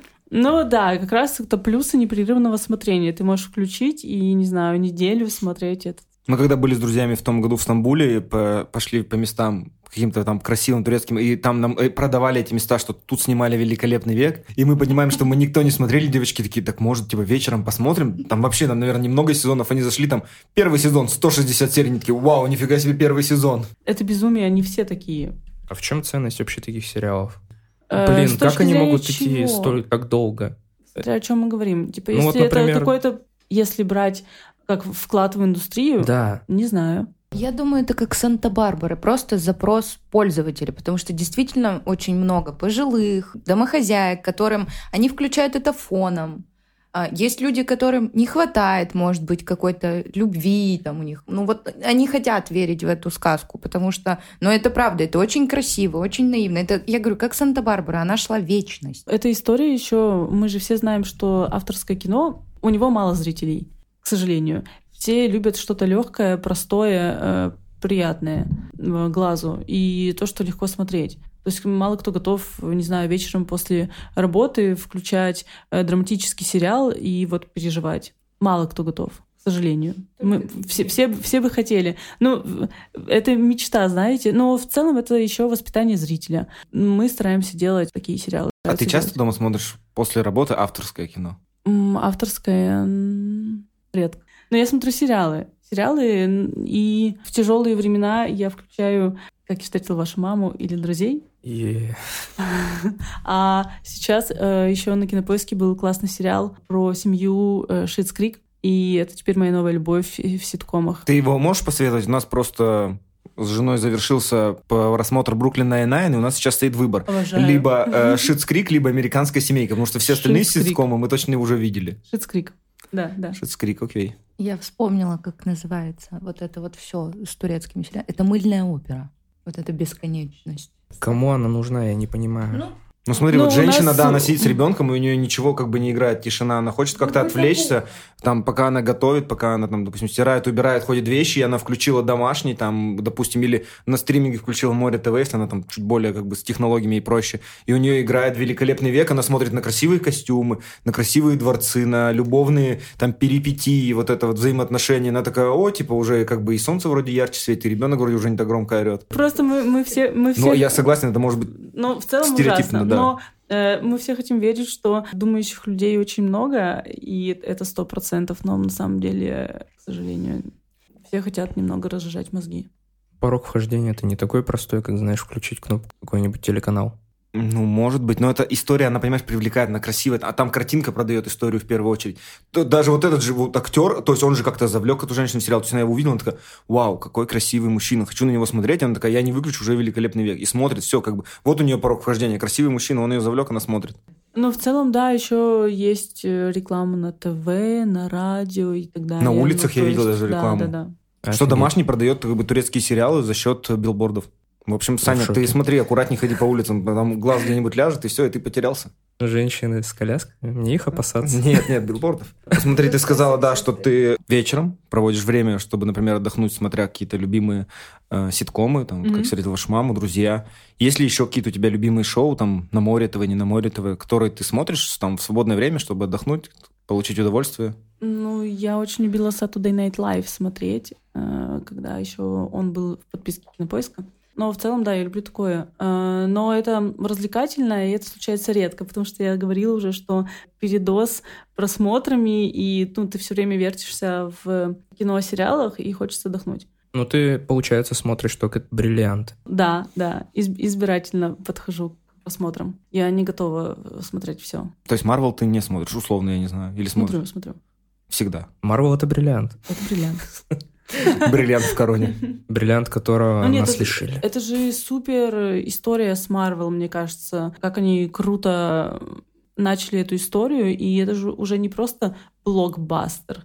Ну да, как раз это плюсы непрерывного смотрения. Ты можешь включить и, не знаю, неделю смотреть это. Мы когда были с друзьями в том году в Стамбуле, по, пошли по местам каким-то там красивым турецким, и там нам продавали эти места, что тут снимали «Великолепный век», и мы понимаем, что мы никто не смотрели, девочки такие, так может, типа, вечером посмотрим? Там вообще, там, наверное, немного сезонов, они зашли, там, первый сезон, сто шестьдесят серий, они такие, вау, нифига себе, первый сезон. Это безумие, они все такие. А в чем ценность вообще таких сериалов? Э, Блин, как они могут чего? идти столь так долго? Смотря о чем мы говорим. Типа, Ну если вот, например... это какой-то, если брать как вклад в индустрию, Да. не знаю. Я думаю, это как Санта-Барбара, просто запрос пользователя, потому что действительно очень много пожилых, домохозяек, которым они включают это фоном. Есть люди, которым не хватает, может быть, какой-то любви там у них. Ну вот они хотят верить в эту сказку, потому что, ну это правда, это очень красиво, очень наивно. Это, я говорю, как Санта-Барбара, она шла вечность. Эта история еще, мы же все знаем, что авторское кино, у него мало зрителей, к сожалению. Все любят что-то легкое, простое, приятное глазу, и то, что легко смотреть. То есть мало кто готов, не знаю, вечером после работы включать драматический сериал и вот переживать. Мало кто готов, к сожалению. Мы, все, все, все бы хотели. Ну, это мечта, знаете. Но в целом это еще воспитание зрителя. Мы стараемся делать такие сериалы. А ты часто делать. дома смотришь после работы авторское кино? Авторское редко. Но я смотрю сериалы. Сериалы, и в тяжелые времена я включаю «Как я встретил вашу маму» или «Друзей». Yeah. А сейчас э, еще на Кинопоиске был классный сериал про семью э, Шитс Крик, и это теперь моя новая любовь в ситкомах. Ты его можешь посоветовать? У нас просто с женой завершился рассмотр «Бруклин Найн-Найн», и у нас сейчас стоит выбор. Обожаю. Либо «Шитс Крик», либо «Американская семейка», потому что все остальные Шитс Крик. ситкомы мы точно уже видели. Шитс Крик. Да, да. «Шитс Крик», окей. Я вспомнила, как называется вот это вот все с турецкими сериалами. Это мыльная опера. Вот эта бесконечность. Кому она нужна, я не понимаю. Ну, Ну смотри, Ну, вот у женщина, нас- да, она сидит с ребенком, и у нее ничего как бы не играет, тишина, она хочет как-то Ну, отвлечься, там, пока она готовит, пока она там, допустим, стирает, убирает, ходит вещи, и она включила домашний, там, допустим, или на стриминге включила Море ТВ, если она там чуть более как бы с технологиями и проще, и у нее играет «Великолепный век», она смотрит на красивые костюмы, на красивые дворцы, на любовные там перипетии, вот это вот взаимоотношения, она такая, о, типа, уже как бы и солнце вроде ярче светит, и ребенок вроде уже не так громко орет. Просто мы, мы все... Мы все... Но я согласен, это может быть Ну, в целом стереотипно, ужасно. да. Но э, мы все хотим верить, что думающих людей очень много, и это сто процентов, но на самом деле, к сожалению, все хотят немного разжижать мозги. Порог вхождения — это не такой простой, как, знаешь, включить кнопку какой-нибудь телеканал. Ну, может быть, но эта история, она, понимаешь, привлекает, она красивая, а там картинка продает историю в первую очередь. То, даже вот этот же вот актер, то есть он же как-то завлек эту женщину в сериал, то есть она его увидела, она такая, вау, какой красивый мужчина, хочу на него смотреть, она такая, я не выключу, уже «Великолепный век», и смотрит, все, как бы, вот у нее порог вхождения, красивый мужчина, он ее завлек, она смотрит. Ну, в целом, да, еще есть реклама на ТВ, на радио и так далее. На улицах Ну, я то видел есть, даже да, рекламу. Да, да. Что Офигеть. домашний продает как бы турецкие сериалы за счет билбордов. В общем, Саня, шоке. ты смотри, аккуратней ходи по улицам, там глаз где-нибудь ляжет, и все, и ты потерялся. Женщины с колясками, мне их опасаться. Нет, нет, билбордов. Посмотри, ты сказала, да, что ты вечером проводишь время, чтобы, например, отдохнуть, смотря какие-то любимые э, ситкомы, там, mm-hmm. как «Встретил вашу маму», «Друзья». Есть ли еще какие-то у тебя любимые шоу, там, «На море ТВ», «Не на море ТВ», которые ты смотришь там в свободное время, чтобы отдохнуть, получить удовольствие? Ну, я очень любила Saturday Night Live смотреть, э, когда еще он был в подписке Кинопоиска. Но в целом, да, я люблю такое. Но это развлекательно, и это случается редко, потому что я говорила уже, что передоз просмотрами, и ну, ты все время вертишься в кино, сериалах, и хочется отдохнуть. Ну, ты, получается, смотришь только «Бриллиант». Да, да, из- избирательно подхожу к просмотрам. Я не готова смотреть все. То есть Марвел ты не смотришь, условно, я не знаю, или смотришь? Смотрю, смотрю. Всегда. Марвел — это «Бриллиант». Это бриллиант. Бриллиант в короне. Бриллиант, которого Ну, нет, нас это, лишили. Это же супер история с Марвел, мне кажется. Как они круто начали эту историю, и это же уже не просто блокбастер.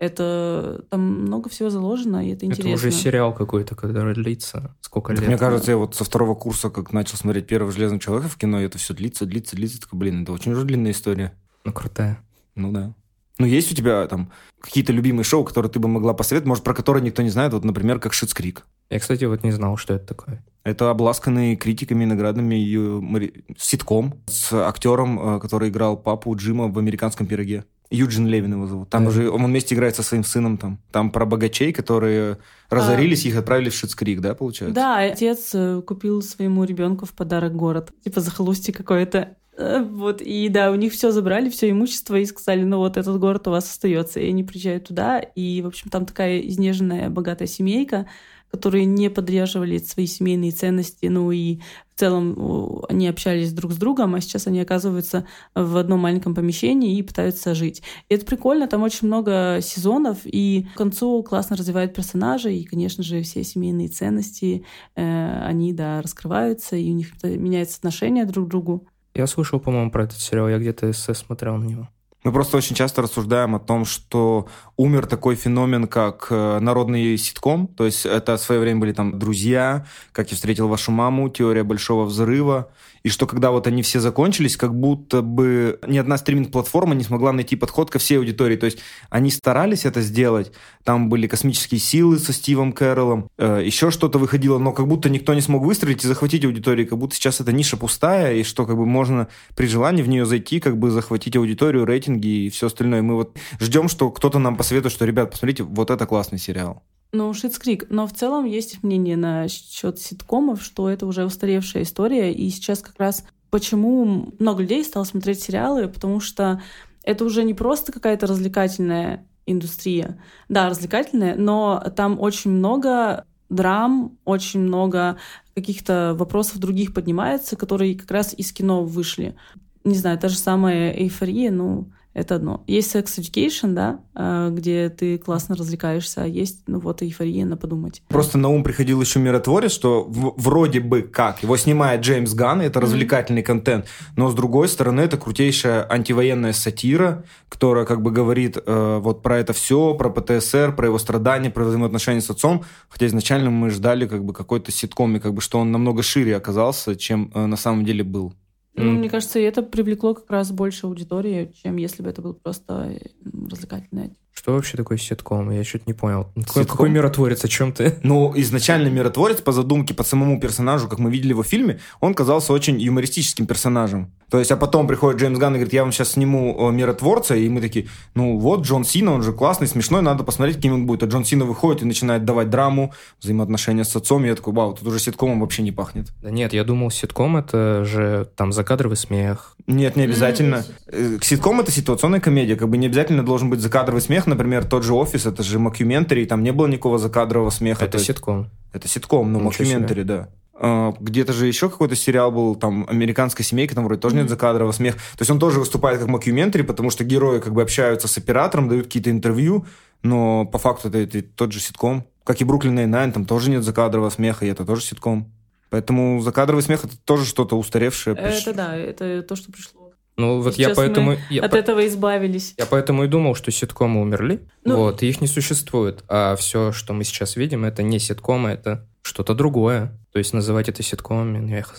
Это там много всего заложено, и это интересно. Это уже сериал какой-то, который длится сколько лет. Мне кажется, я вот со второго курса, как начал смотреть «Первого железного человека» в кино, и это все длится, длится, длится. Такой, блин, это очень уже длинная история. Ну, крутая. Ну да. Ну, есть у тебя там какие-то любимые шоу, которые ты бы могла посоветовать, может, про которые никто не знает, вот, например, как «Шитс Крик». Я, кстати, вот не знал, что это такое. Это обласканный критиками и наградами юмори... ситком с актером, который играл папу Джима в «Американском пироге». Юджин Левин его зовут. Там да. уже он вместе играет со своим сыном. Там, там про богачей, которые разорились, а... их отправили в Шитс Крик, да, получается? Да, отец купил своему ребенку в подарок город. Типа захолустье какое-то. Вот, и да, у них все забрали, все имущество, и сказали, ну вот этот город у вас остается. И они приезжают туда, и, в общем, там такая изнеженная, богатая семейка, которые не поддерживали свои семейные ценности, ну и в целом они общались друг с другом, а сейчас они оказываются в одном маленьком помещении и пытаются жить. И это прикольно, там очень много сезонов, и к концу классно развивают персонажей, и, конечно же, все семейные ценности, э, они, да, раскрываются, и у них меняется отношение друг к другу. Я слышал, по-моему, про этот сериал, я где-то эссе смотрел на него. Мы просто очень часто рассуждаем о том, что умер такой феномен, как народный ситком. То есть это в свое время были там «Друзья», «Как я встретил вашу маму», «Теория большого взрыва». И что когда вот они все закончились, как будто бы ни одна стриминг-платформа не смогла найти подход ко всей аудитории. То есть они старались это сделать. Там были «Космические силы» со Стивом Кэрроллом, э, еще что-то выходило, но как будто никто не смог выстрелить и захватить аудиторию. Как будто сейчас эта ниша пустая, и что как бы можно при желании в нее зайти, как бы захватить аудиторию, рейтинги и все остальное. Мы вот ждем, что кто-то нам посоветует, что, ребят, посмотрите, вот это классный сериал. Ну, Шитс Крик. Но в целом есть мнение насчет ситкомов, что это уже устаревшая история. И сейчас как раз почему много людей стало смотреть сериалы, потому что это уже не просто какая-то развлекательная индустрия. Да, развлекательная, но там очень много драм, очень много каких-то вопросов других поднимается, которые как раз из кино вышли. Не знаю, та же самая «Эйфория», ну... Это одно. Есть Sex Education, да, где ты классно развлекаешься, а есть, ну вот, «Эйфория», на подумать. Просто на ум приходил еще «Миротворец», что в- вроде бы как его снимает Джеймс Ганн, это развлекательный mm-hmm. контент, но с другой стороны это крутейшая антивоенная сатира, которая как бы говорит э, вот про это все, про ПТСР, про его страдания, про взаимоотношения с отцом, хотя изначально мы ждали как бы какой-то ситком, и как бы что он намного шире оказался, чем э, на самом деле был. Ну, mm. мне кажется, это привлекло как раз больше аудитории, чем если бы это был просто развлекательный. Что вообще такое ситком? Я что-то не понял. Какой, какой «Миротворец»? О чем ты? Ну, изначально «Миротворец» по задумке, по самому персонажу, как мы видели его в фильме, он казался очень юмористическим персонажем. То есть, а потом приходит Джеймс Ганн и говорит, я вам сейчас сниму «Миротворца», и мы такие, ну вот, Джон Сина, он же классный, смешной, надо посмотреть, каким он будет. А Джон Сина выходит и начинает давать драму, взаимоотношения с отцом, и я такой, вау, тут уже ситкомом вообще не пахнет. Да нет, я думал, ситком — это же там закадровый смех. Нет, не обязательно. Mm-hmm. Ситком — это ситуационная комедия, как бы не обязательно должен быть закадровый смех, например, тот же «Офис», это же мокюментари, там не было никакого закадрового смеха. Это ситком. Это ситком, но мокюментари, да. Где-то же еще какой-то сериал был, там, «Американская семейка», там вроде тоже mm-hmm. нет закадрового смеха. То есть он тоже выступает как мокюментари, потому что герои как бы общаются с оператором, дают какие-то интервью, но по факту это, это тот же ситком. Как и «Бруклин Найн-Найн», там тоже нет закадрового смеха, и это тоже ситком. Поэтому закадровый смех — это тоже что-то устаревшее. Это да, это то, что пришло. Ну, вот я поэтому... Я от по... этого избавились. Я поэтому и думал, что ситкомы умерли. Ну... Вот, и их не существует. А все, что мы сейчас видим, это не ситкомы, это что-то другое. То есть называть это ситкомами, ну, я хз.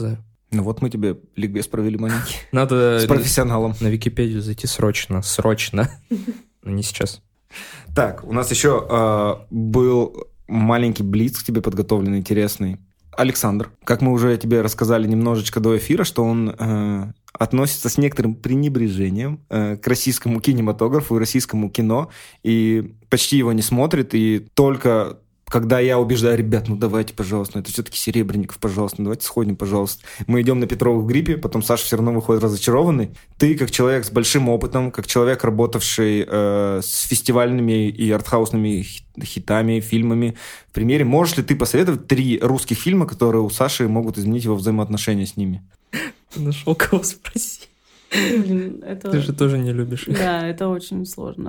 Ну вот мы тебе ликбез провели маленький. Надо с профессионалом. На Википедию зайти срочно, срочно. Но не сейчас. Так, у нас еще э, был маленький блиц к тебе подготовленный, интересный. Александр, как мы уже тебе рассказали немножечко до эфира, что он э, относится с некоторым пренебрежением э, к российскому кинематографу и российскому кино, и почти его не смотрит, и только когда я убеждаю, ребят, ну давайте, пожалуйста, ну это все-таки Серебренников, пожалуйста, ну давайте сходим, пожалуйста. Мы идем на Петрову в гриппе, потом Саша все равно выходит разочарованный. Ты, как человек с большим опытом, как человек, работавший э, с фестивальными и артхаусными хитами, фильмами, в примере, можешь ли ты посоветовать три русских фильма, которые у Саши могут изменить его взаимоотношения с ними? Ты нашел кого спросить. Блин, это... Ты же тоже не любишь их. Да, это очень сложно.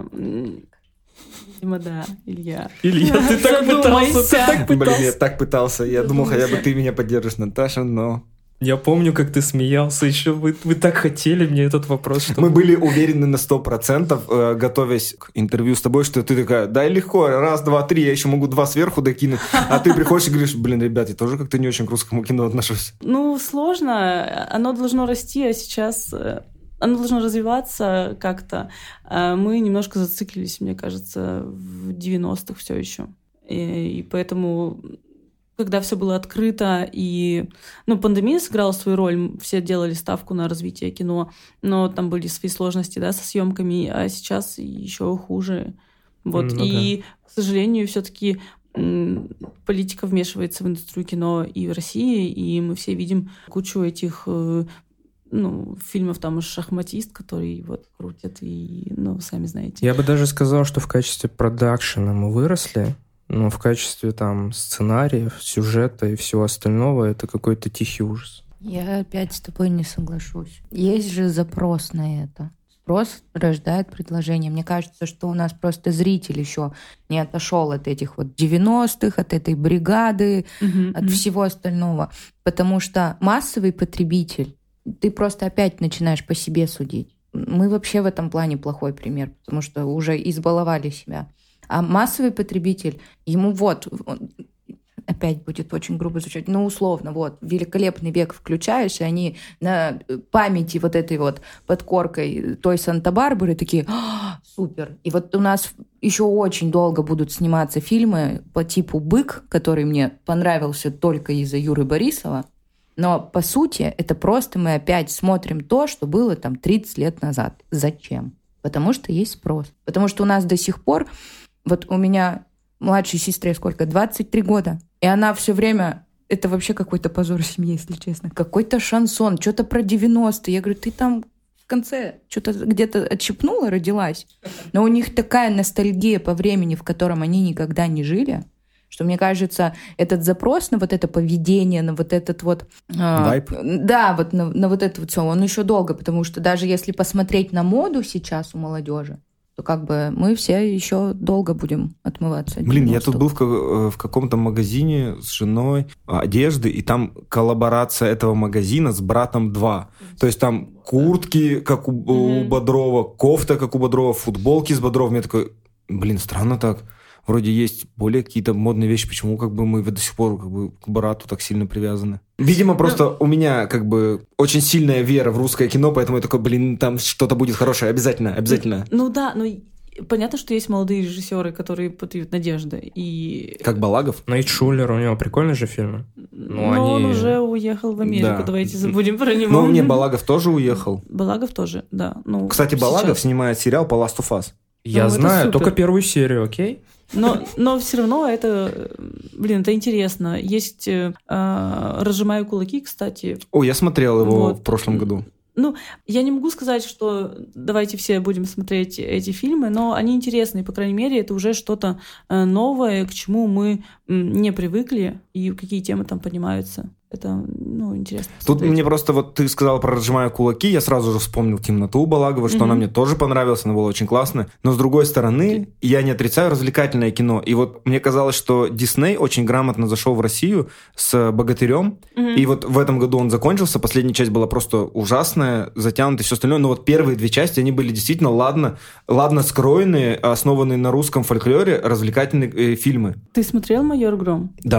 Видимо, да, Илья. Илья, ты так пытался, ты так пытался. Блин, я так пытался. Я думал, хотя бы ты меня поддержишь, Наташа, но... Я помню, как ты смеялся еще. Вы, вы так хотели мне этот вопрос. Чтобы... Мы были уверены на сто процентов, э, готовясь к интервью с тобой, что ты такая, да легко, раз, два, три, я еще могу два сверху докинуть. А ты приходишь и говоришь, блин, ребят, я тоже как-то не очень к русскому кино отношусь. Ну, сложно. Оно должно расти, а сейчас... Оно должно развиваться как-то. Мы немножко зациклились, мне кажется, в девяностых все еще. И, и поэтому, когда все было открыто, и ну, пандемия сыграла свою роль, все делали ставку на развитие кино, но там были свои сложности, да, со съемками, а сейчас еще хуже. Вот. Ну, и, да. К сожалению, все-таки политика вмешивается в индустрию кино и в России, и мы все видим кучу этих... ну, фильмов там шахматист, который вот крутят, и, ну, сами знаете. Я бы даже сказал, что в качестве продакшена мы выросли, но в качестве там сценариев, сюжета и всего остального это какой-то тихий ужас. Я опять с тобой не соглашусь. Есть же запрос на это. Спрос рождает предложение. Мне кажется, что у нас просто зритель еще не отошел от этих вот девяностых, от этой бригады, mm-hmm. от всего остального. Потому что массовый потребитель, ты просто опять начинаешь по себе судить. Мы вообще в этом плане плохой пример, потому что уже избаловали себя. А массовый потребитель, ему вот, опять будет очень грубо звучать, но условно, вот, «Великолепный век» включаешь, и они на памяти вот этой вот подкоркой той Санта-Барбары такие, супер. И вот у нас еще очень долго будут сниматься фильмы по типу «Бык», который мне понравился только из-за Юры Борисова. Но, по сути, это просто мы опять смотрим то, что было там тридцать лет назад. Зачем? Потому что есть спрос. Потому что у нас до сих пор... Вот у меня младшей сестре сколько? двадцать три года. И она все время... Это вообще какой-то позор семьи, если честно. Какой-то шансон, что-то про девяностые. Я говорю, ты там в конце что-то где-то отщипнула, родилась. Но у них такая ностальгия по времени, в котором они никогда не жили, что, мне кажется, этот запрос на вот это поведение, на вот этот вот... Вайб? Э, да, вот на, на вот это вот все, он еще долго, потому что даже если посмотреть на моду сейчас у молодежи, то как бы мы все еще долго будем отмываться. Блин, я тут был в, в каком-то магазине с женой одежды, и там коллаборация этого магазина с «Братом два». То есть там куртки, как у, mm-hmm. у Бодрова, кофта, как у Бодрова, футболки с Бодровым. Я такой, блин, странно так. Вроде есть более какие-то модные вещи, почему как бы мы до сих пор как бы к брату так сильно привязаны. Видимо, просто ну, у меня как бы очень сильная вера в русское кино, поэтому я такой, блин, там что-то будет хорошее, обязательно, обязательно. Ну, ну да, ну понятно, что есть молодые режиссеры, которые подают надежды. И... Как Балагов? Найтшулер, у него прикольные же фильмы. Но, Но они... он уже уехал в Америку, да. Давайте забудем про него. Ну, не, Балагов тоже уехал. Балагов тоже, да. Ну, кстати, сейчас... Балагов снимает сериал по Last of Us. Я ну, знаю, только первую серию, окей? Но, но все равно это, блин, это интересно. Есть э, «Разжимаю кулаки», кстати. О, я смотрел его вот. в прошлом году. Ну, я не могу сказать, что давайте все будем смотреть эти фильмы, но они интересные, по крайней мере, это уже что-то новое, к чему мы не привыкли, и какие темы там поднимаются. Это, ну, интересно. Тут мне просто, вот ты сказала про «Разжимаю кулаки», я сразу же вспомнил «Темноту» Балагова, что mm-hmm. она мне тоже понравилась, она была очень классная. Но, с другой стороны, okay. я не отрицаю развлекательное кино. И вот мне казалось, что Дисней очень грамотно зашел в Россию с «Богатырем», mm-hmm. и вот в этом году он закончился, последняя часть была просто ужасная, затянутая и все остальное, но вот первые две части, они были действительно ладно, ладно скроенные, основанные на русском фольклоре, развлекательные э, фильмы. Ты смотрел «Майор Гром»? Да.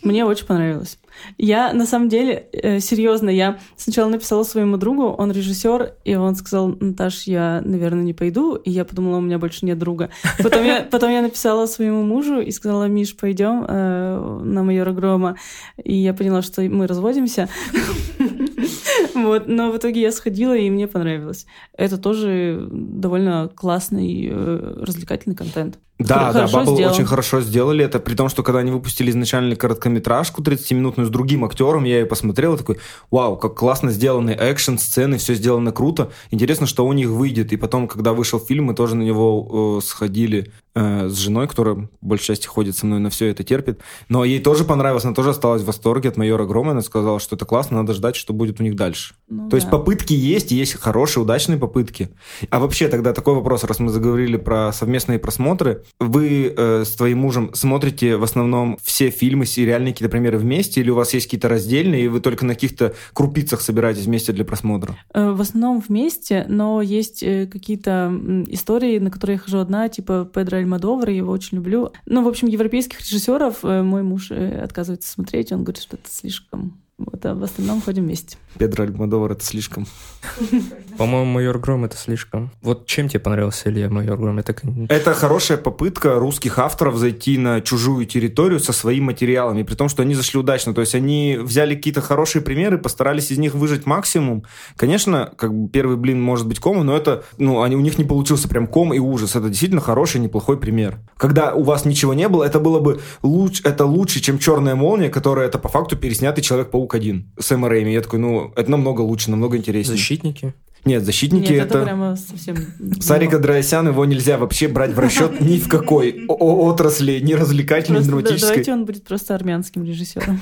Мне очень понравилось. Я, на самом деле, э, серьезно, я сначала написала своему другу, он режиссер, и он сказал: Наташ, я, наверное, не пойду, и я подумала, у меня больше нет друга. Потом я, потом я написала своему мужу и сказала: Миш, пойдем э, на «Майора Грома», и я поняла, что мы разводимся. Вот, но в итоге я сходила, и мне понравилось. Это тоже довольно классный, э, развлекательный контент. Да, Хорошо да, Баббл сделан. очень хорошо сделали это, при том, что когда они выпустили изначально короткометражку тридцатиминутную с другим актером, я ее посмотрел и такой: вау, как классно сделаны экшен, сцены, все сделано круто. Интересно, что у них выйдет. И потом, когда вышел фильм, мы тоже на него э, сходили э, с женой, которая, в большей части, ходит со мной на все это, терпит. Но ей тоже понравилось, она тоже осталась в восторге от «Майора Грома». Она сказала, что это классно, надо ждать, что будет у них дальше. Ну, То да. есть попытки есть, есть хорошие, удачные попытки. А вообще тогда такой вопрос, раз мы заговорили про совместные просмотры. Вы э, с твоим мужем смотрите в основном все фильмы, сериальные какие-то примеры вместе, или у вас есть какие-то раздельные, и вы только на каких-то крупицах собираетесь вместе для просмотра? Э, В основном вместе, но есть э, какие-то м, истории, на которые я хожу одна, типа Педро Альмодовара, я его очень люблю. Ну, в общем, европейских режиссеров э, мой муж э, отказывается смотреть, он говорит, что это слишком. Вот, а в остальном ходим вместе. Педро Альмодовар — это слишком. По-моему, «Майор Гром» — это слишком. Вот чем тебе понравился, Илья, «Майор Гром»? Это... Это хорошая попытка русских авторов зайти на чужую территорию со своими материалами, при том, что они зашли удачно. То есть они взяли какие-то хорошие примеры, постарались из них выжать максимум. Конечно, как бы первый блин может быть комом, но это, ну, они, у них не получился прям ком и ужас. Это действительно хороший, неплохой пример. Когда у вас ничего не было, это было бы лучше, это лучше, чем «Черная молния», которая это по факту переснятый «Человек-паук один» Сэма Рэйми. Я такой, ну, это намного лучше, намного интереснее. «Защитники»? Нет, «Защитники» Нет, это... это прямо совсем... Сарик Андреасян, его нельзя вообще брать в расчет ни в какой отрасли, ни развлекательной, ни Просто, да, драматической. давайте он будет просто армянским режиссером.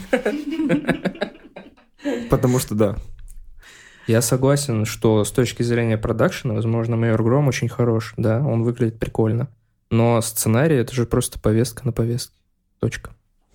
Потому что, да. Я согласен, что с точки зрения продакшена, возможно, «Майор Гром» очень хорош, да, он выглядит прикольно. Но сценарий — это же просто повестка на повестке. Точка.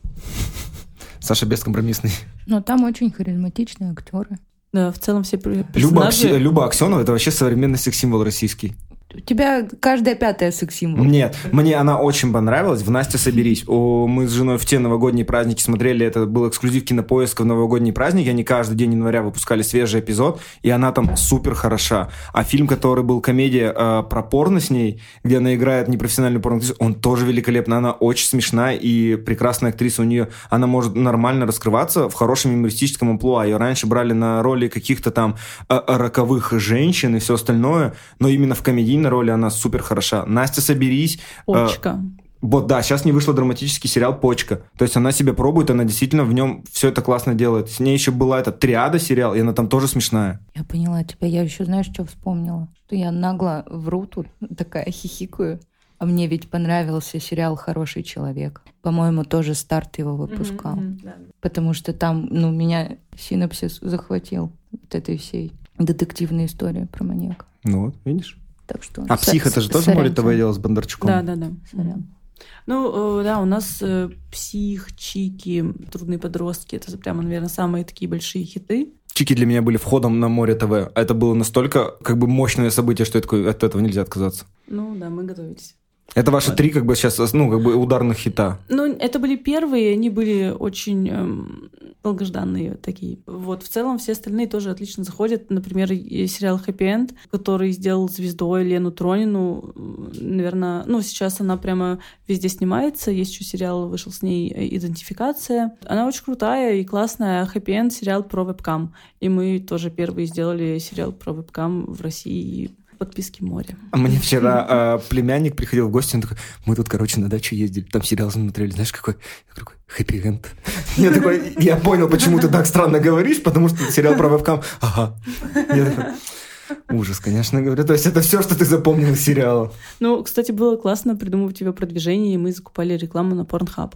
Саша бескомпромиссный. Но там очень харизматичные актеры. Да, в целом все персонажи... Люба, Акси... Люба Аксенова — это вообще современный секс-символ российский. У тебя каждая пятая секс-символ. Нет, мне она очень понравилась. В «Настя, соберись». О, мы с женой в те новогодние праздники смотрели. Это был эксклюзив Кинопоиска в новогодние праздники. Они каждый день января выпускали свежий эпизод. И она там супер хороша. А фильм, который был комедия э, про порно с ней, где она играет непрофессиональную порноактрису, он тоже великолепный. Она очень смешная и прекрасная актриса. У нее она может нормально раскрываться в хорошем юмористическом амплуа. Ее раньше брали на роли каких-то там э, роковых женщин и все остальное. Но именно в комедийной роли она супер хороша. «Настя, соберись». Почка. Э, вот, да, сейчас не вышел драматический сериал «Почка». То есть она себя пробует, она действительно в нем все это классно делает. С ней еще была эта «Триада» сериал, и она там тоже смешная. Я поняла тебя. Я еще, знаешь, что вспомнила? Что я нагло вру тут, такая хихикаю. А мне ведь понравился сериал «Хороший человек». По-моему, тоже Старт его выпускал. Mm-hmm, да. Потому что там, ну, меня синопсис захватил от этой всей детективной истории про маньяка. Ну вот, видишь? Так что... А «Псих» — это же тоже море ТВ дело с Бондарчуком? Да, да, да. Сорян. Ну, э, да, у нас э, «Псих», «Чики», «Трудные подростки» — это прямо, наверное, самые такие большие хиты. «Чики» для меня были входом на море ТВ. Это было настолько как бы мощное событие, что я такой, от этого нельзя отказаться. Ну, да, мы готовились. Это ваши три как бы сейчас, ну, как бы ударных хита. Ну, это были первые, они были очень эм, долгожданные такие. Вот, в целом все остальные тоже отлично заходят. Например, сериал «Хэппи Энд», который сделал звездой Лену Тронину. Наверное, ну, сейчас она прямо везде снимается. Есть еще сериал, вышел с ней «Идентификация». Она очень крутая и классная. «Хэппи Энд» — сериал про вебкам. И мы тоже первые сделали сериал про вебкам в России. Подписки море. А мне вчера э, племянник приходил в гости, он такой, мы тут, короче, на дачу ездили, там сериал смотрели, знаешь, какой? Я такой, «Хэппи Энд». Я такой, я понял, почему ты так странно говоришь, потому что сериал про вебкам. Ага. Я такой, ужас, конечно, говорю. То есть это все, что ты запомнил из сериала. Ну, кстати, было классно придумывать его продвижение, и мы закупали рекламу на Pornhub.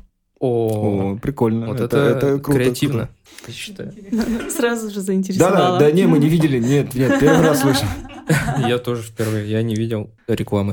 О, О, прикольно. вот это, это, это круто, креативно, круто. я считаю. Сразу же Да, заинтересовало. да, да, не, мы не видели, нет, нет, первый раз слышим. Я тоже впервые, я не видел рекламы.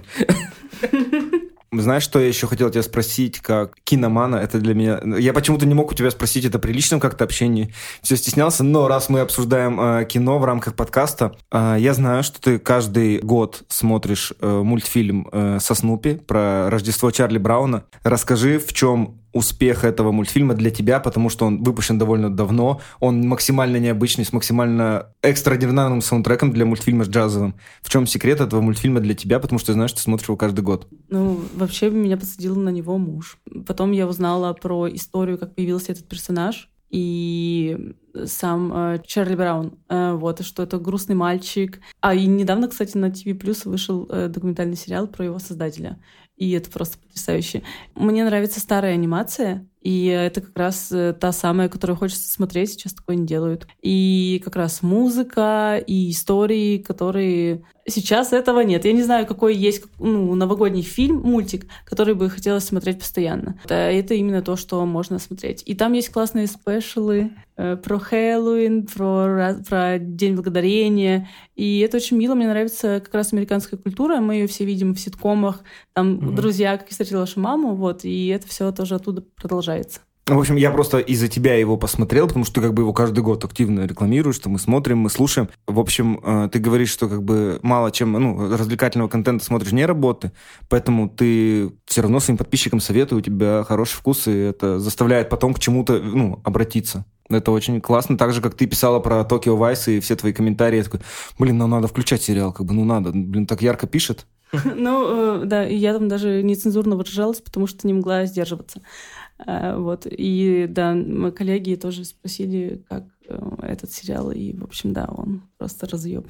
Знаешь, что я еще хотел тебя спросить, как киномана, это для меня... Я почему-то не мог у тебя спросить это при личном как-то общении, все стеснялся, но раз мы обсуждаем э, кино в рамках подкаста, э, я знаю, что ты каждый год смотришь э, мультфильм э, со Снупи про Рождество Чарли Брауна. Расскажи, в чем успех этого мультфильма для тебя, потому что он выпущен довольно давно, он максимально необычный, с максимально экстраординарным саундтреком для мультфильма с джазовым. В чем секрет этого мультфильма для тебя? Потому что, знаешь, ты смотришь его каждый год. Ну, вообще меня подсадил на него муж. Потом я узнала про историю, как появился этот персонаж, и сам э, Чарли Браун, э, вот, и что это грустный мальчик. А и недавно, кстати, на ти ви плюс вышел э, документальный сериал про его создателя. И это просто потрясающе. Мне нравится старая анимация, и это как раз та самая, которую хочется смотреть, сейчас такое не делают. И как раз музыка, и истории, которые... Сейчас этого нет. Я не знаю, какой есть ну, новогодний фильм, мультик, который бы хотелось смотреть постоянно. Это, это именно то, что можно смотреть. И там есть классные спешалы э, про Хэллоуин, про, про День Благодарения. И это очень мило. Мне нравится как раз американская культура. Мы ее все видим в ситкомах. Там mm-hmm. «Друзья, как я встретила вашу маму». Вот, и это все тоже оттуда продолжается. В общем, я просто из-за тебя его посмотрел, потому что ты как бы его каждый год активно рекламируешь, что мы смотрим, мы слушаем. В общем, ты говоришь, что как бы мало чем, ну, развлекательного контента смотришь не работы, поэтому ты все равно своим подписчикам советую, у тебя хороший вкус, и это заставляет потом к чему-то, ну, обратиться. Это очень классно. Так же, как ты писала про Tokyo Vice и все твои комментарии. Я такой, блин, ну надо включать сериал, как бы, ну надо. Блин, так ярко пишет. Ну, да, и я там даже нецензурно выражалась, потому что не могла сдерживаться. Вот. И, да, мои коллеги тоже спросили, как этот сериал, и, в общем, да, он просто разъеб.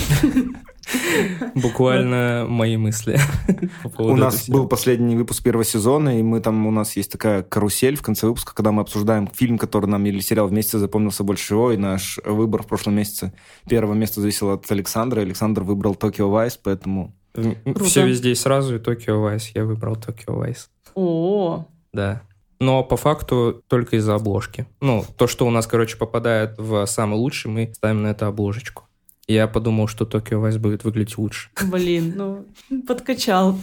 Буквально мои мысли. У нас был последний выпуск первого сезона, и мы там, у нас есть такая карусель в конце выпуска, когда мы обсуждаем фильм, который нам или сериал вместе запомнился больше всего, и наш выбор в прошлом месяце первого места зависел от Александра. Александр выбрал Tokyo Vice, поэтому... Круто. Все везде и сразу, и Tokyo Vice. Я выбрал Tokyo Vice. О, да. Но по факту только из-за обложки. Ну, то, что у нас, короче, попадает в самый лучший, мы ставим на это обложечку. Я подумал, что Tokyo Vice будет выглядеть лучше. Блин, ну, подкачал.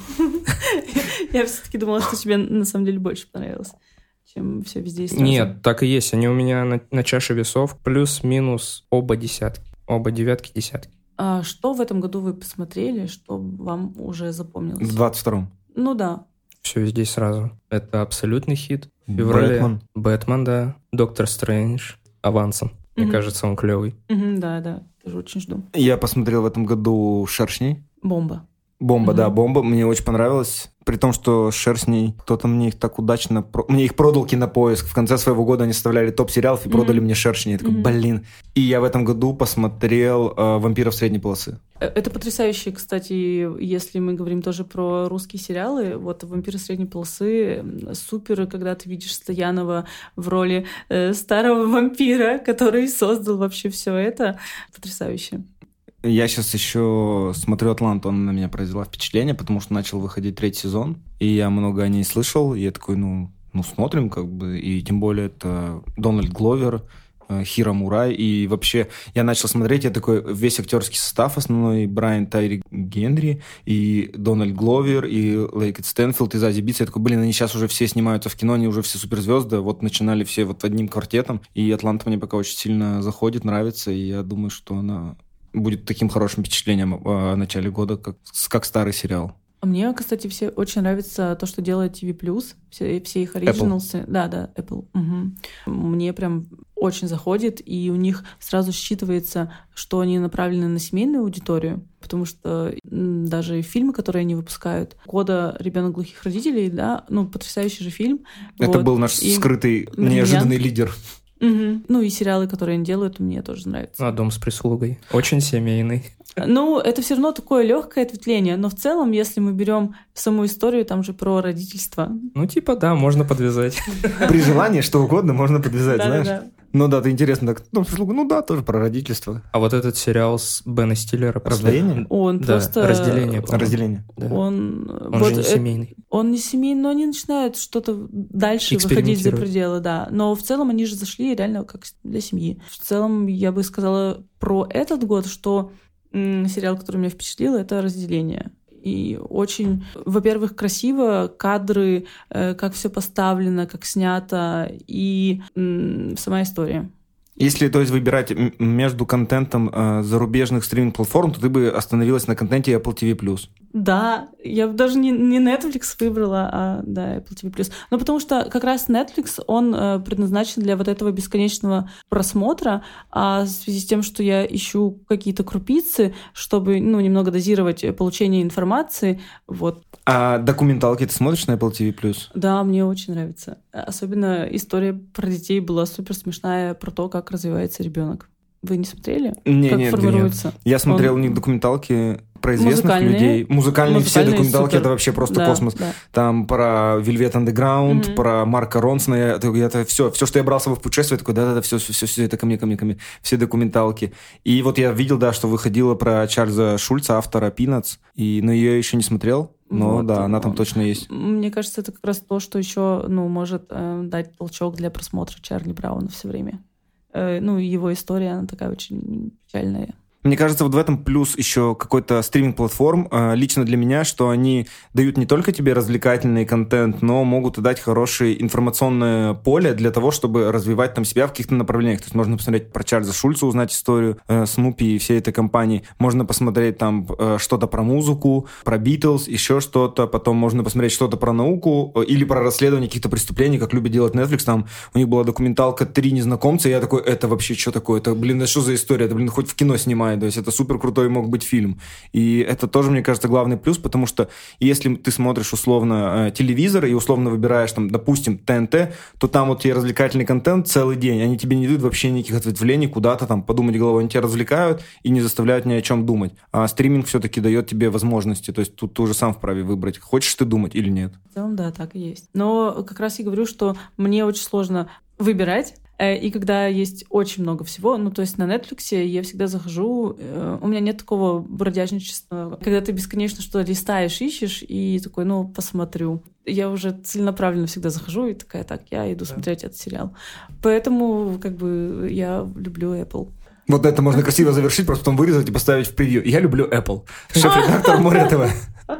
Я все-таки думала, что тебе на самом деле больше понравилось, чем все везде и сразу. Нет, так и есть. Они у меня на, на чаше весов плюс-минус оба десятки. Оба девятки, десятки. А что в этом году вы посмотрели, что вам уже запомнилось? В двадцать втором. Ну да. Все здесь сразу. Это абсолютный хит. В феврале. Бэтмен. Бэтмен, да. Доктор Стрэндж. Авансом. Мне Мгм. кажется, он клевый. Мгм, да, да, тоже очень жду. Я посмотрел в этом году «Шершней». Бомба. Бомба, Мгм. да, бомба. Мне очень понравилось. При том, что «Шершней», кто-то мне их так удачно... про- Мне их продал Кинопоиск. В конце своего года они составляли топ-сериалов и Мгм. продали мне «Шершней». Я такой, Мгм. блин. И я в этом году посмотрел э, «Вампиров средней полосы». Э, Это потрясающе, кстати, если мы говорим тоже про русские сериалы. Вот «Вампиры средней полосы» м, супер, когда ты видишь Стоянова в роли э, старого вампира, который создал вообще все это. Потрясающе. Я сейчас еще смотрю «Атланту», она на меня произвела впечатление, потому что начал выходить третий сезон, и я много о ней слышал, и я такой, ну, ну смотрим, как бы, и тем более это Дональд Гловер, э, Хиро Мурай, и вообще я начал смотреть, я такой, весь актерский состав основной, Брайан Тайри Генри, и Дональд Гловер, и Лейкет Стэнфилд, и Зази Битс, я такой, блин, они сейчас уже все снимаются в кино, они уже все суперзвезды, вот начинали все вот одним квартетом, и «Атланта» мне пока очень сильно заходит, нравится, и я думаю, что она... будет таким хорошим впечатлением о начале года, как, как старый сериал. А мне, кстати, все очень нравится то, что делает ти ви плюс, все, все их оригиналсы. Да, да, Apple. Угу. Мне прям очень заходит, и у них сразу считывается, что они направлены на семейную аудиторию, потому что м, даже фильмы, которые они выпускают, «Кода. Ребенок глухих родителей», да, ну, потрясающий же фильм. Это Вот. был наш И- скрытый, Бриллиант. неожиданный лидер. Мгм. Ну, и сериалы, которые они делают, мне тоже нравятся. А «Дом с прислугой». Очень семейный. Ну, это все равно такое легкое ответвление, но в целом, если мы берем саму историю, там же про родительство. Ну, типа, да, можно подвязать. При желании что угодно можно подвязать, знаешь? Да-да-да. Ну да, это интересно. Так, ну, прислуга, ну да, тоже про родительство. А вот этот сериал с Бена Стиллера... Раздвоение? Он Да, просто... разделение, по-моему. Разделение. Да. Он, Он вот же не это- семейный. Он не семейный, но они начинают что-то дальше выходить за Экспериментировать. пределы, да. Но в целом они же зашли реально как для семьи. В целом я бы сказала про этот год, что м, сериал, который меня впечатлил, это «Разделение». И очень, во-первых, красиво, кадры, э, как все поставлено, как снято, и м, сама история. Если, то есть, выбирать м- между контентом э, зарубежных стриминг-платформ, то ты бы остановилась на контенте Apple ти ви плюс. Да, я бы даже не, не Netflix выбрала, а да, Apple ти ви плюс. Ну, потому что как раз Netflix, он э, предназначен для вот этого бесконечного просмотра, а в связи с тем, что я ищу какие-то крупицы, чтобы, ну, немного дозировать получение информации, вот. А документалки ты смотришь на Apple ти ви плюс? Да, мне очень нравится. Особенно история про детей была супер смешная, про то, как развивается ребенок. Вы не смотрели? Не, как нет, формируется? Нет. Я смотрел Он... у них документалки про известных музыкальные. людей. Музыкальные, все документалки, супер. Это вообще просто да, космос. Да. Там про Velvet Underground, mm-hmm. про Марка Ронсона. Это, это все, все, что я брал с собой в путешествие, такой, да-да-да, все, все, все, все, это ко мне, ко мне, ко мне. Все документалки. И вот я видел, да, что выходила про Чарльза Шульца, автора Peanuts, и, но ее еще не смотрел. Но вот, да, она там точно есть. Мне кажется, это как раз то, что еще, ну, может э, дать толчок для просмотра Чарли Брауна все время. Э, ну, его история, она такая очень печальная. Мне кажется, вот в этом плюс еще какой-то стриминг-платформ лично для меня, что они дают не только тебе развлекательный контент, но могут и дать хорошее информационное поле для того, чтобы развивать там себя в каких-то направлениях. То есть можно посмотреть про Чарльза Шульца, узнать историю э, Снупи и всей этой компании. Можно посмотреть там э, что-то про музыку, про Битлз, еще что-то. Потом можно посмотреть что-то про науку э, или про расследование каких-то преступлений, как любит делать Netflix. Там у них была документалка «Три незнакомца», и я такой, это вообще что такое? Это, блин, это что за история? Это, блин, хоть в кино снимай. То есть это супер крутой мог быть фильм. И это тоже, мне кажется, главный плюс, потому что если ты смотришь условно телевизор и условно выбираешь, там, допустим, ТНТ, то там вот тебе развлекательный контент целый день. Они тебе не дают вообще никаких ответвлений куда-то там подумать головой. Они тебя развлекают и не заставляют ни о чем думать. А стриминг все-таки дает тебе возможности. То есть тут ты уже сам вправе выбрать, хочешь ты думать или нет. В целом, да, так и есть. Но как раз я говорю, что мне очень сложно выбирать. И когда есть очень много всего, ну, то есть на Netflix я всегда захожу, у меня нет такого бродяжничества, когда ты бесконечно что-то листаешь, ищешь, и такой, ну, посмотрю. Я уже целенаправленно всегда захожу и такая, так, я иду да. смотреть этот сериал. Поэтому, как бы, я люблю Apple. Вот это можно красиво завершить, просто потом вырезать и поставить в превью. Я люблю Apple. Шеф-редактор Море ТВ.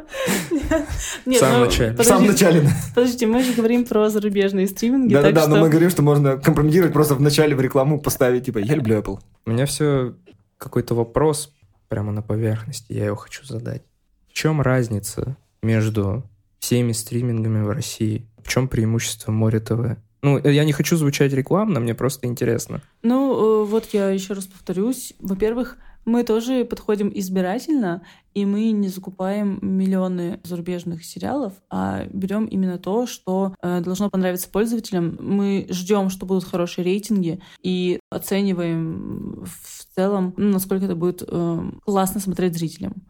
В самом начале. В самом начале. Подождите, мы же говорим про зарубежные стриминги. Да-да-да, но мы говорим, что можно компрометировать, просто в начале в рекламу поставить, типа, я люблю Apple. У меня все какой-то вопрос прямо на поверхности, я его хочу задать. В чем разница между всеми стримингами в России? В чем преимущество Море ТВ? Ну, я не хочу звучать рекламно, мне просто интересно. Ну, вот я еще раз повторюсь. Во-первых, мы тоже подходим избирательно, и мы не закупаем миллионы зарубежных сериалов, а берем именно то, что э, должно понравиться пользователям. Мы ждем, что будут хорошие рейтинги, и оцениваем в целом, ну, насколько это будет э, классно смотреть зрителям.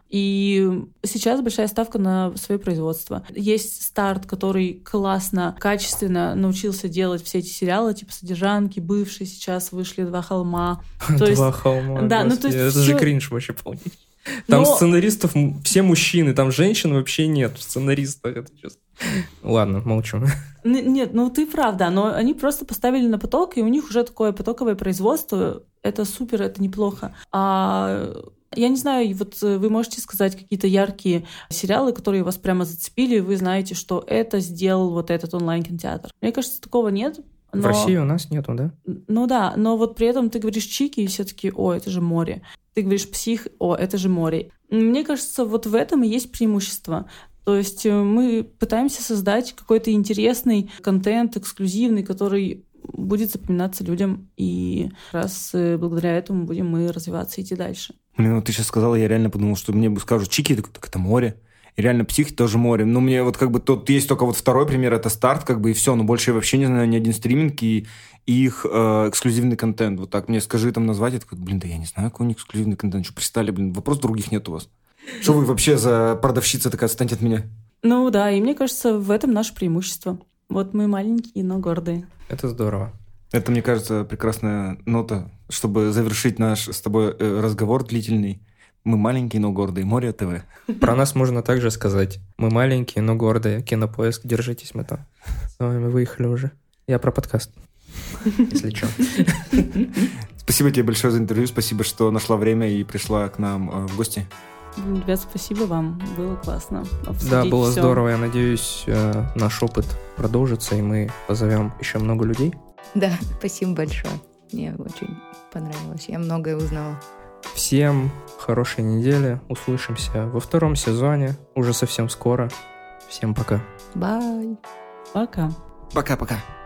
И сейчас большая ставка на свое производство. Есть старт, который классно, качественно научился делать все эти сериалы, типа «Содержанки», «Бывшие», сейчас вышли «Два холма». «Два холма», да, ну, то есть это все... же кринж вообще полный. Там Но... сценаристов все мужчины, там женщин вообще нет в сценаристах. Это сейчас... Ладно, молчу. Нет, ну ты прав, да, но они просто поставили на поток, и у них уже такое потоковое производство. Это супер, это неплохо. А я не знаю, вот вы можете сказать какие-то яркие сериалы, которые вас прямо зацепили, и вы знаете, что это сделал вот этот онлайн-кинотеатр. Мне кажется, такого нет. Но... В России у нас нету, да? Ну да, но вот при этом ты говоришь «Чики», и все такие: «О, это же море». Ты говоришь «Псих», «О, это же море». Мне кажется, вот в этом и есть преимущество. То есть мы пытаемся создать какой-то интересный контент, эксклюзивный, который будет запоминаться людям, и как раз благодаря этому будем мы развиваться и идти дальше. Блин, вот ты сейчас сказала, я реально подумал, что мне бы скажут «Чики», так, так это море. И реально «Псих» тоже море. Но мне вот как бы тут есть только вот второй пример, это «Старт», как бы, и все. Но больше я вообще не знаю ни один стриминг и их э, эксклюзивный контент. Вот так мне скажи там назвать, я такой, блин, да я не знаю, какой у них эксклюзивный контент. Что пристали, блин, вопрос других нет у вас. Что вы вообще за продавщица такая, отстаньте от меня? Ну да, и мне кажется, в этом наше преимущество. Вот мы маленькие, но гордые. Это здорово. Это, мне кажется, прекрасная нота, чтобы завершить наш с тобой разговор длительный. Мы маленькие, но гордые. Море ТВ. Про нас можно также сказать. Мы маленькие, но гордые. Кинопоиск, держитесь, мы там. С вами выехали уже. Я про подкаст. Если что. Спасибо тебе большое за интервью. Спасибо, что нашла время и пришла к нам в гости. Ребят, спасибо вам. Было классно обсудить Да, было всё. здорово. Я надеюсь, наш опыт продолжится, и мы позовем еще много людей. Да, спасибо большое. Мне очень понравилось. Я многое узнала. Всем хорошей недели. Услышимся во втором сезоне. Уже совсем скоро. Всем пока. Бай. Пока. Пока-пока.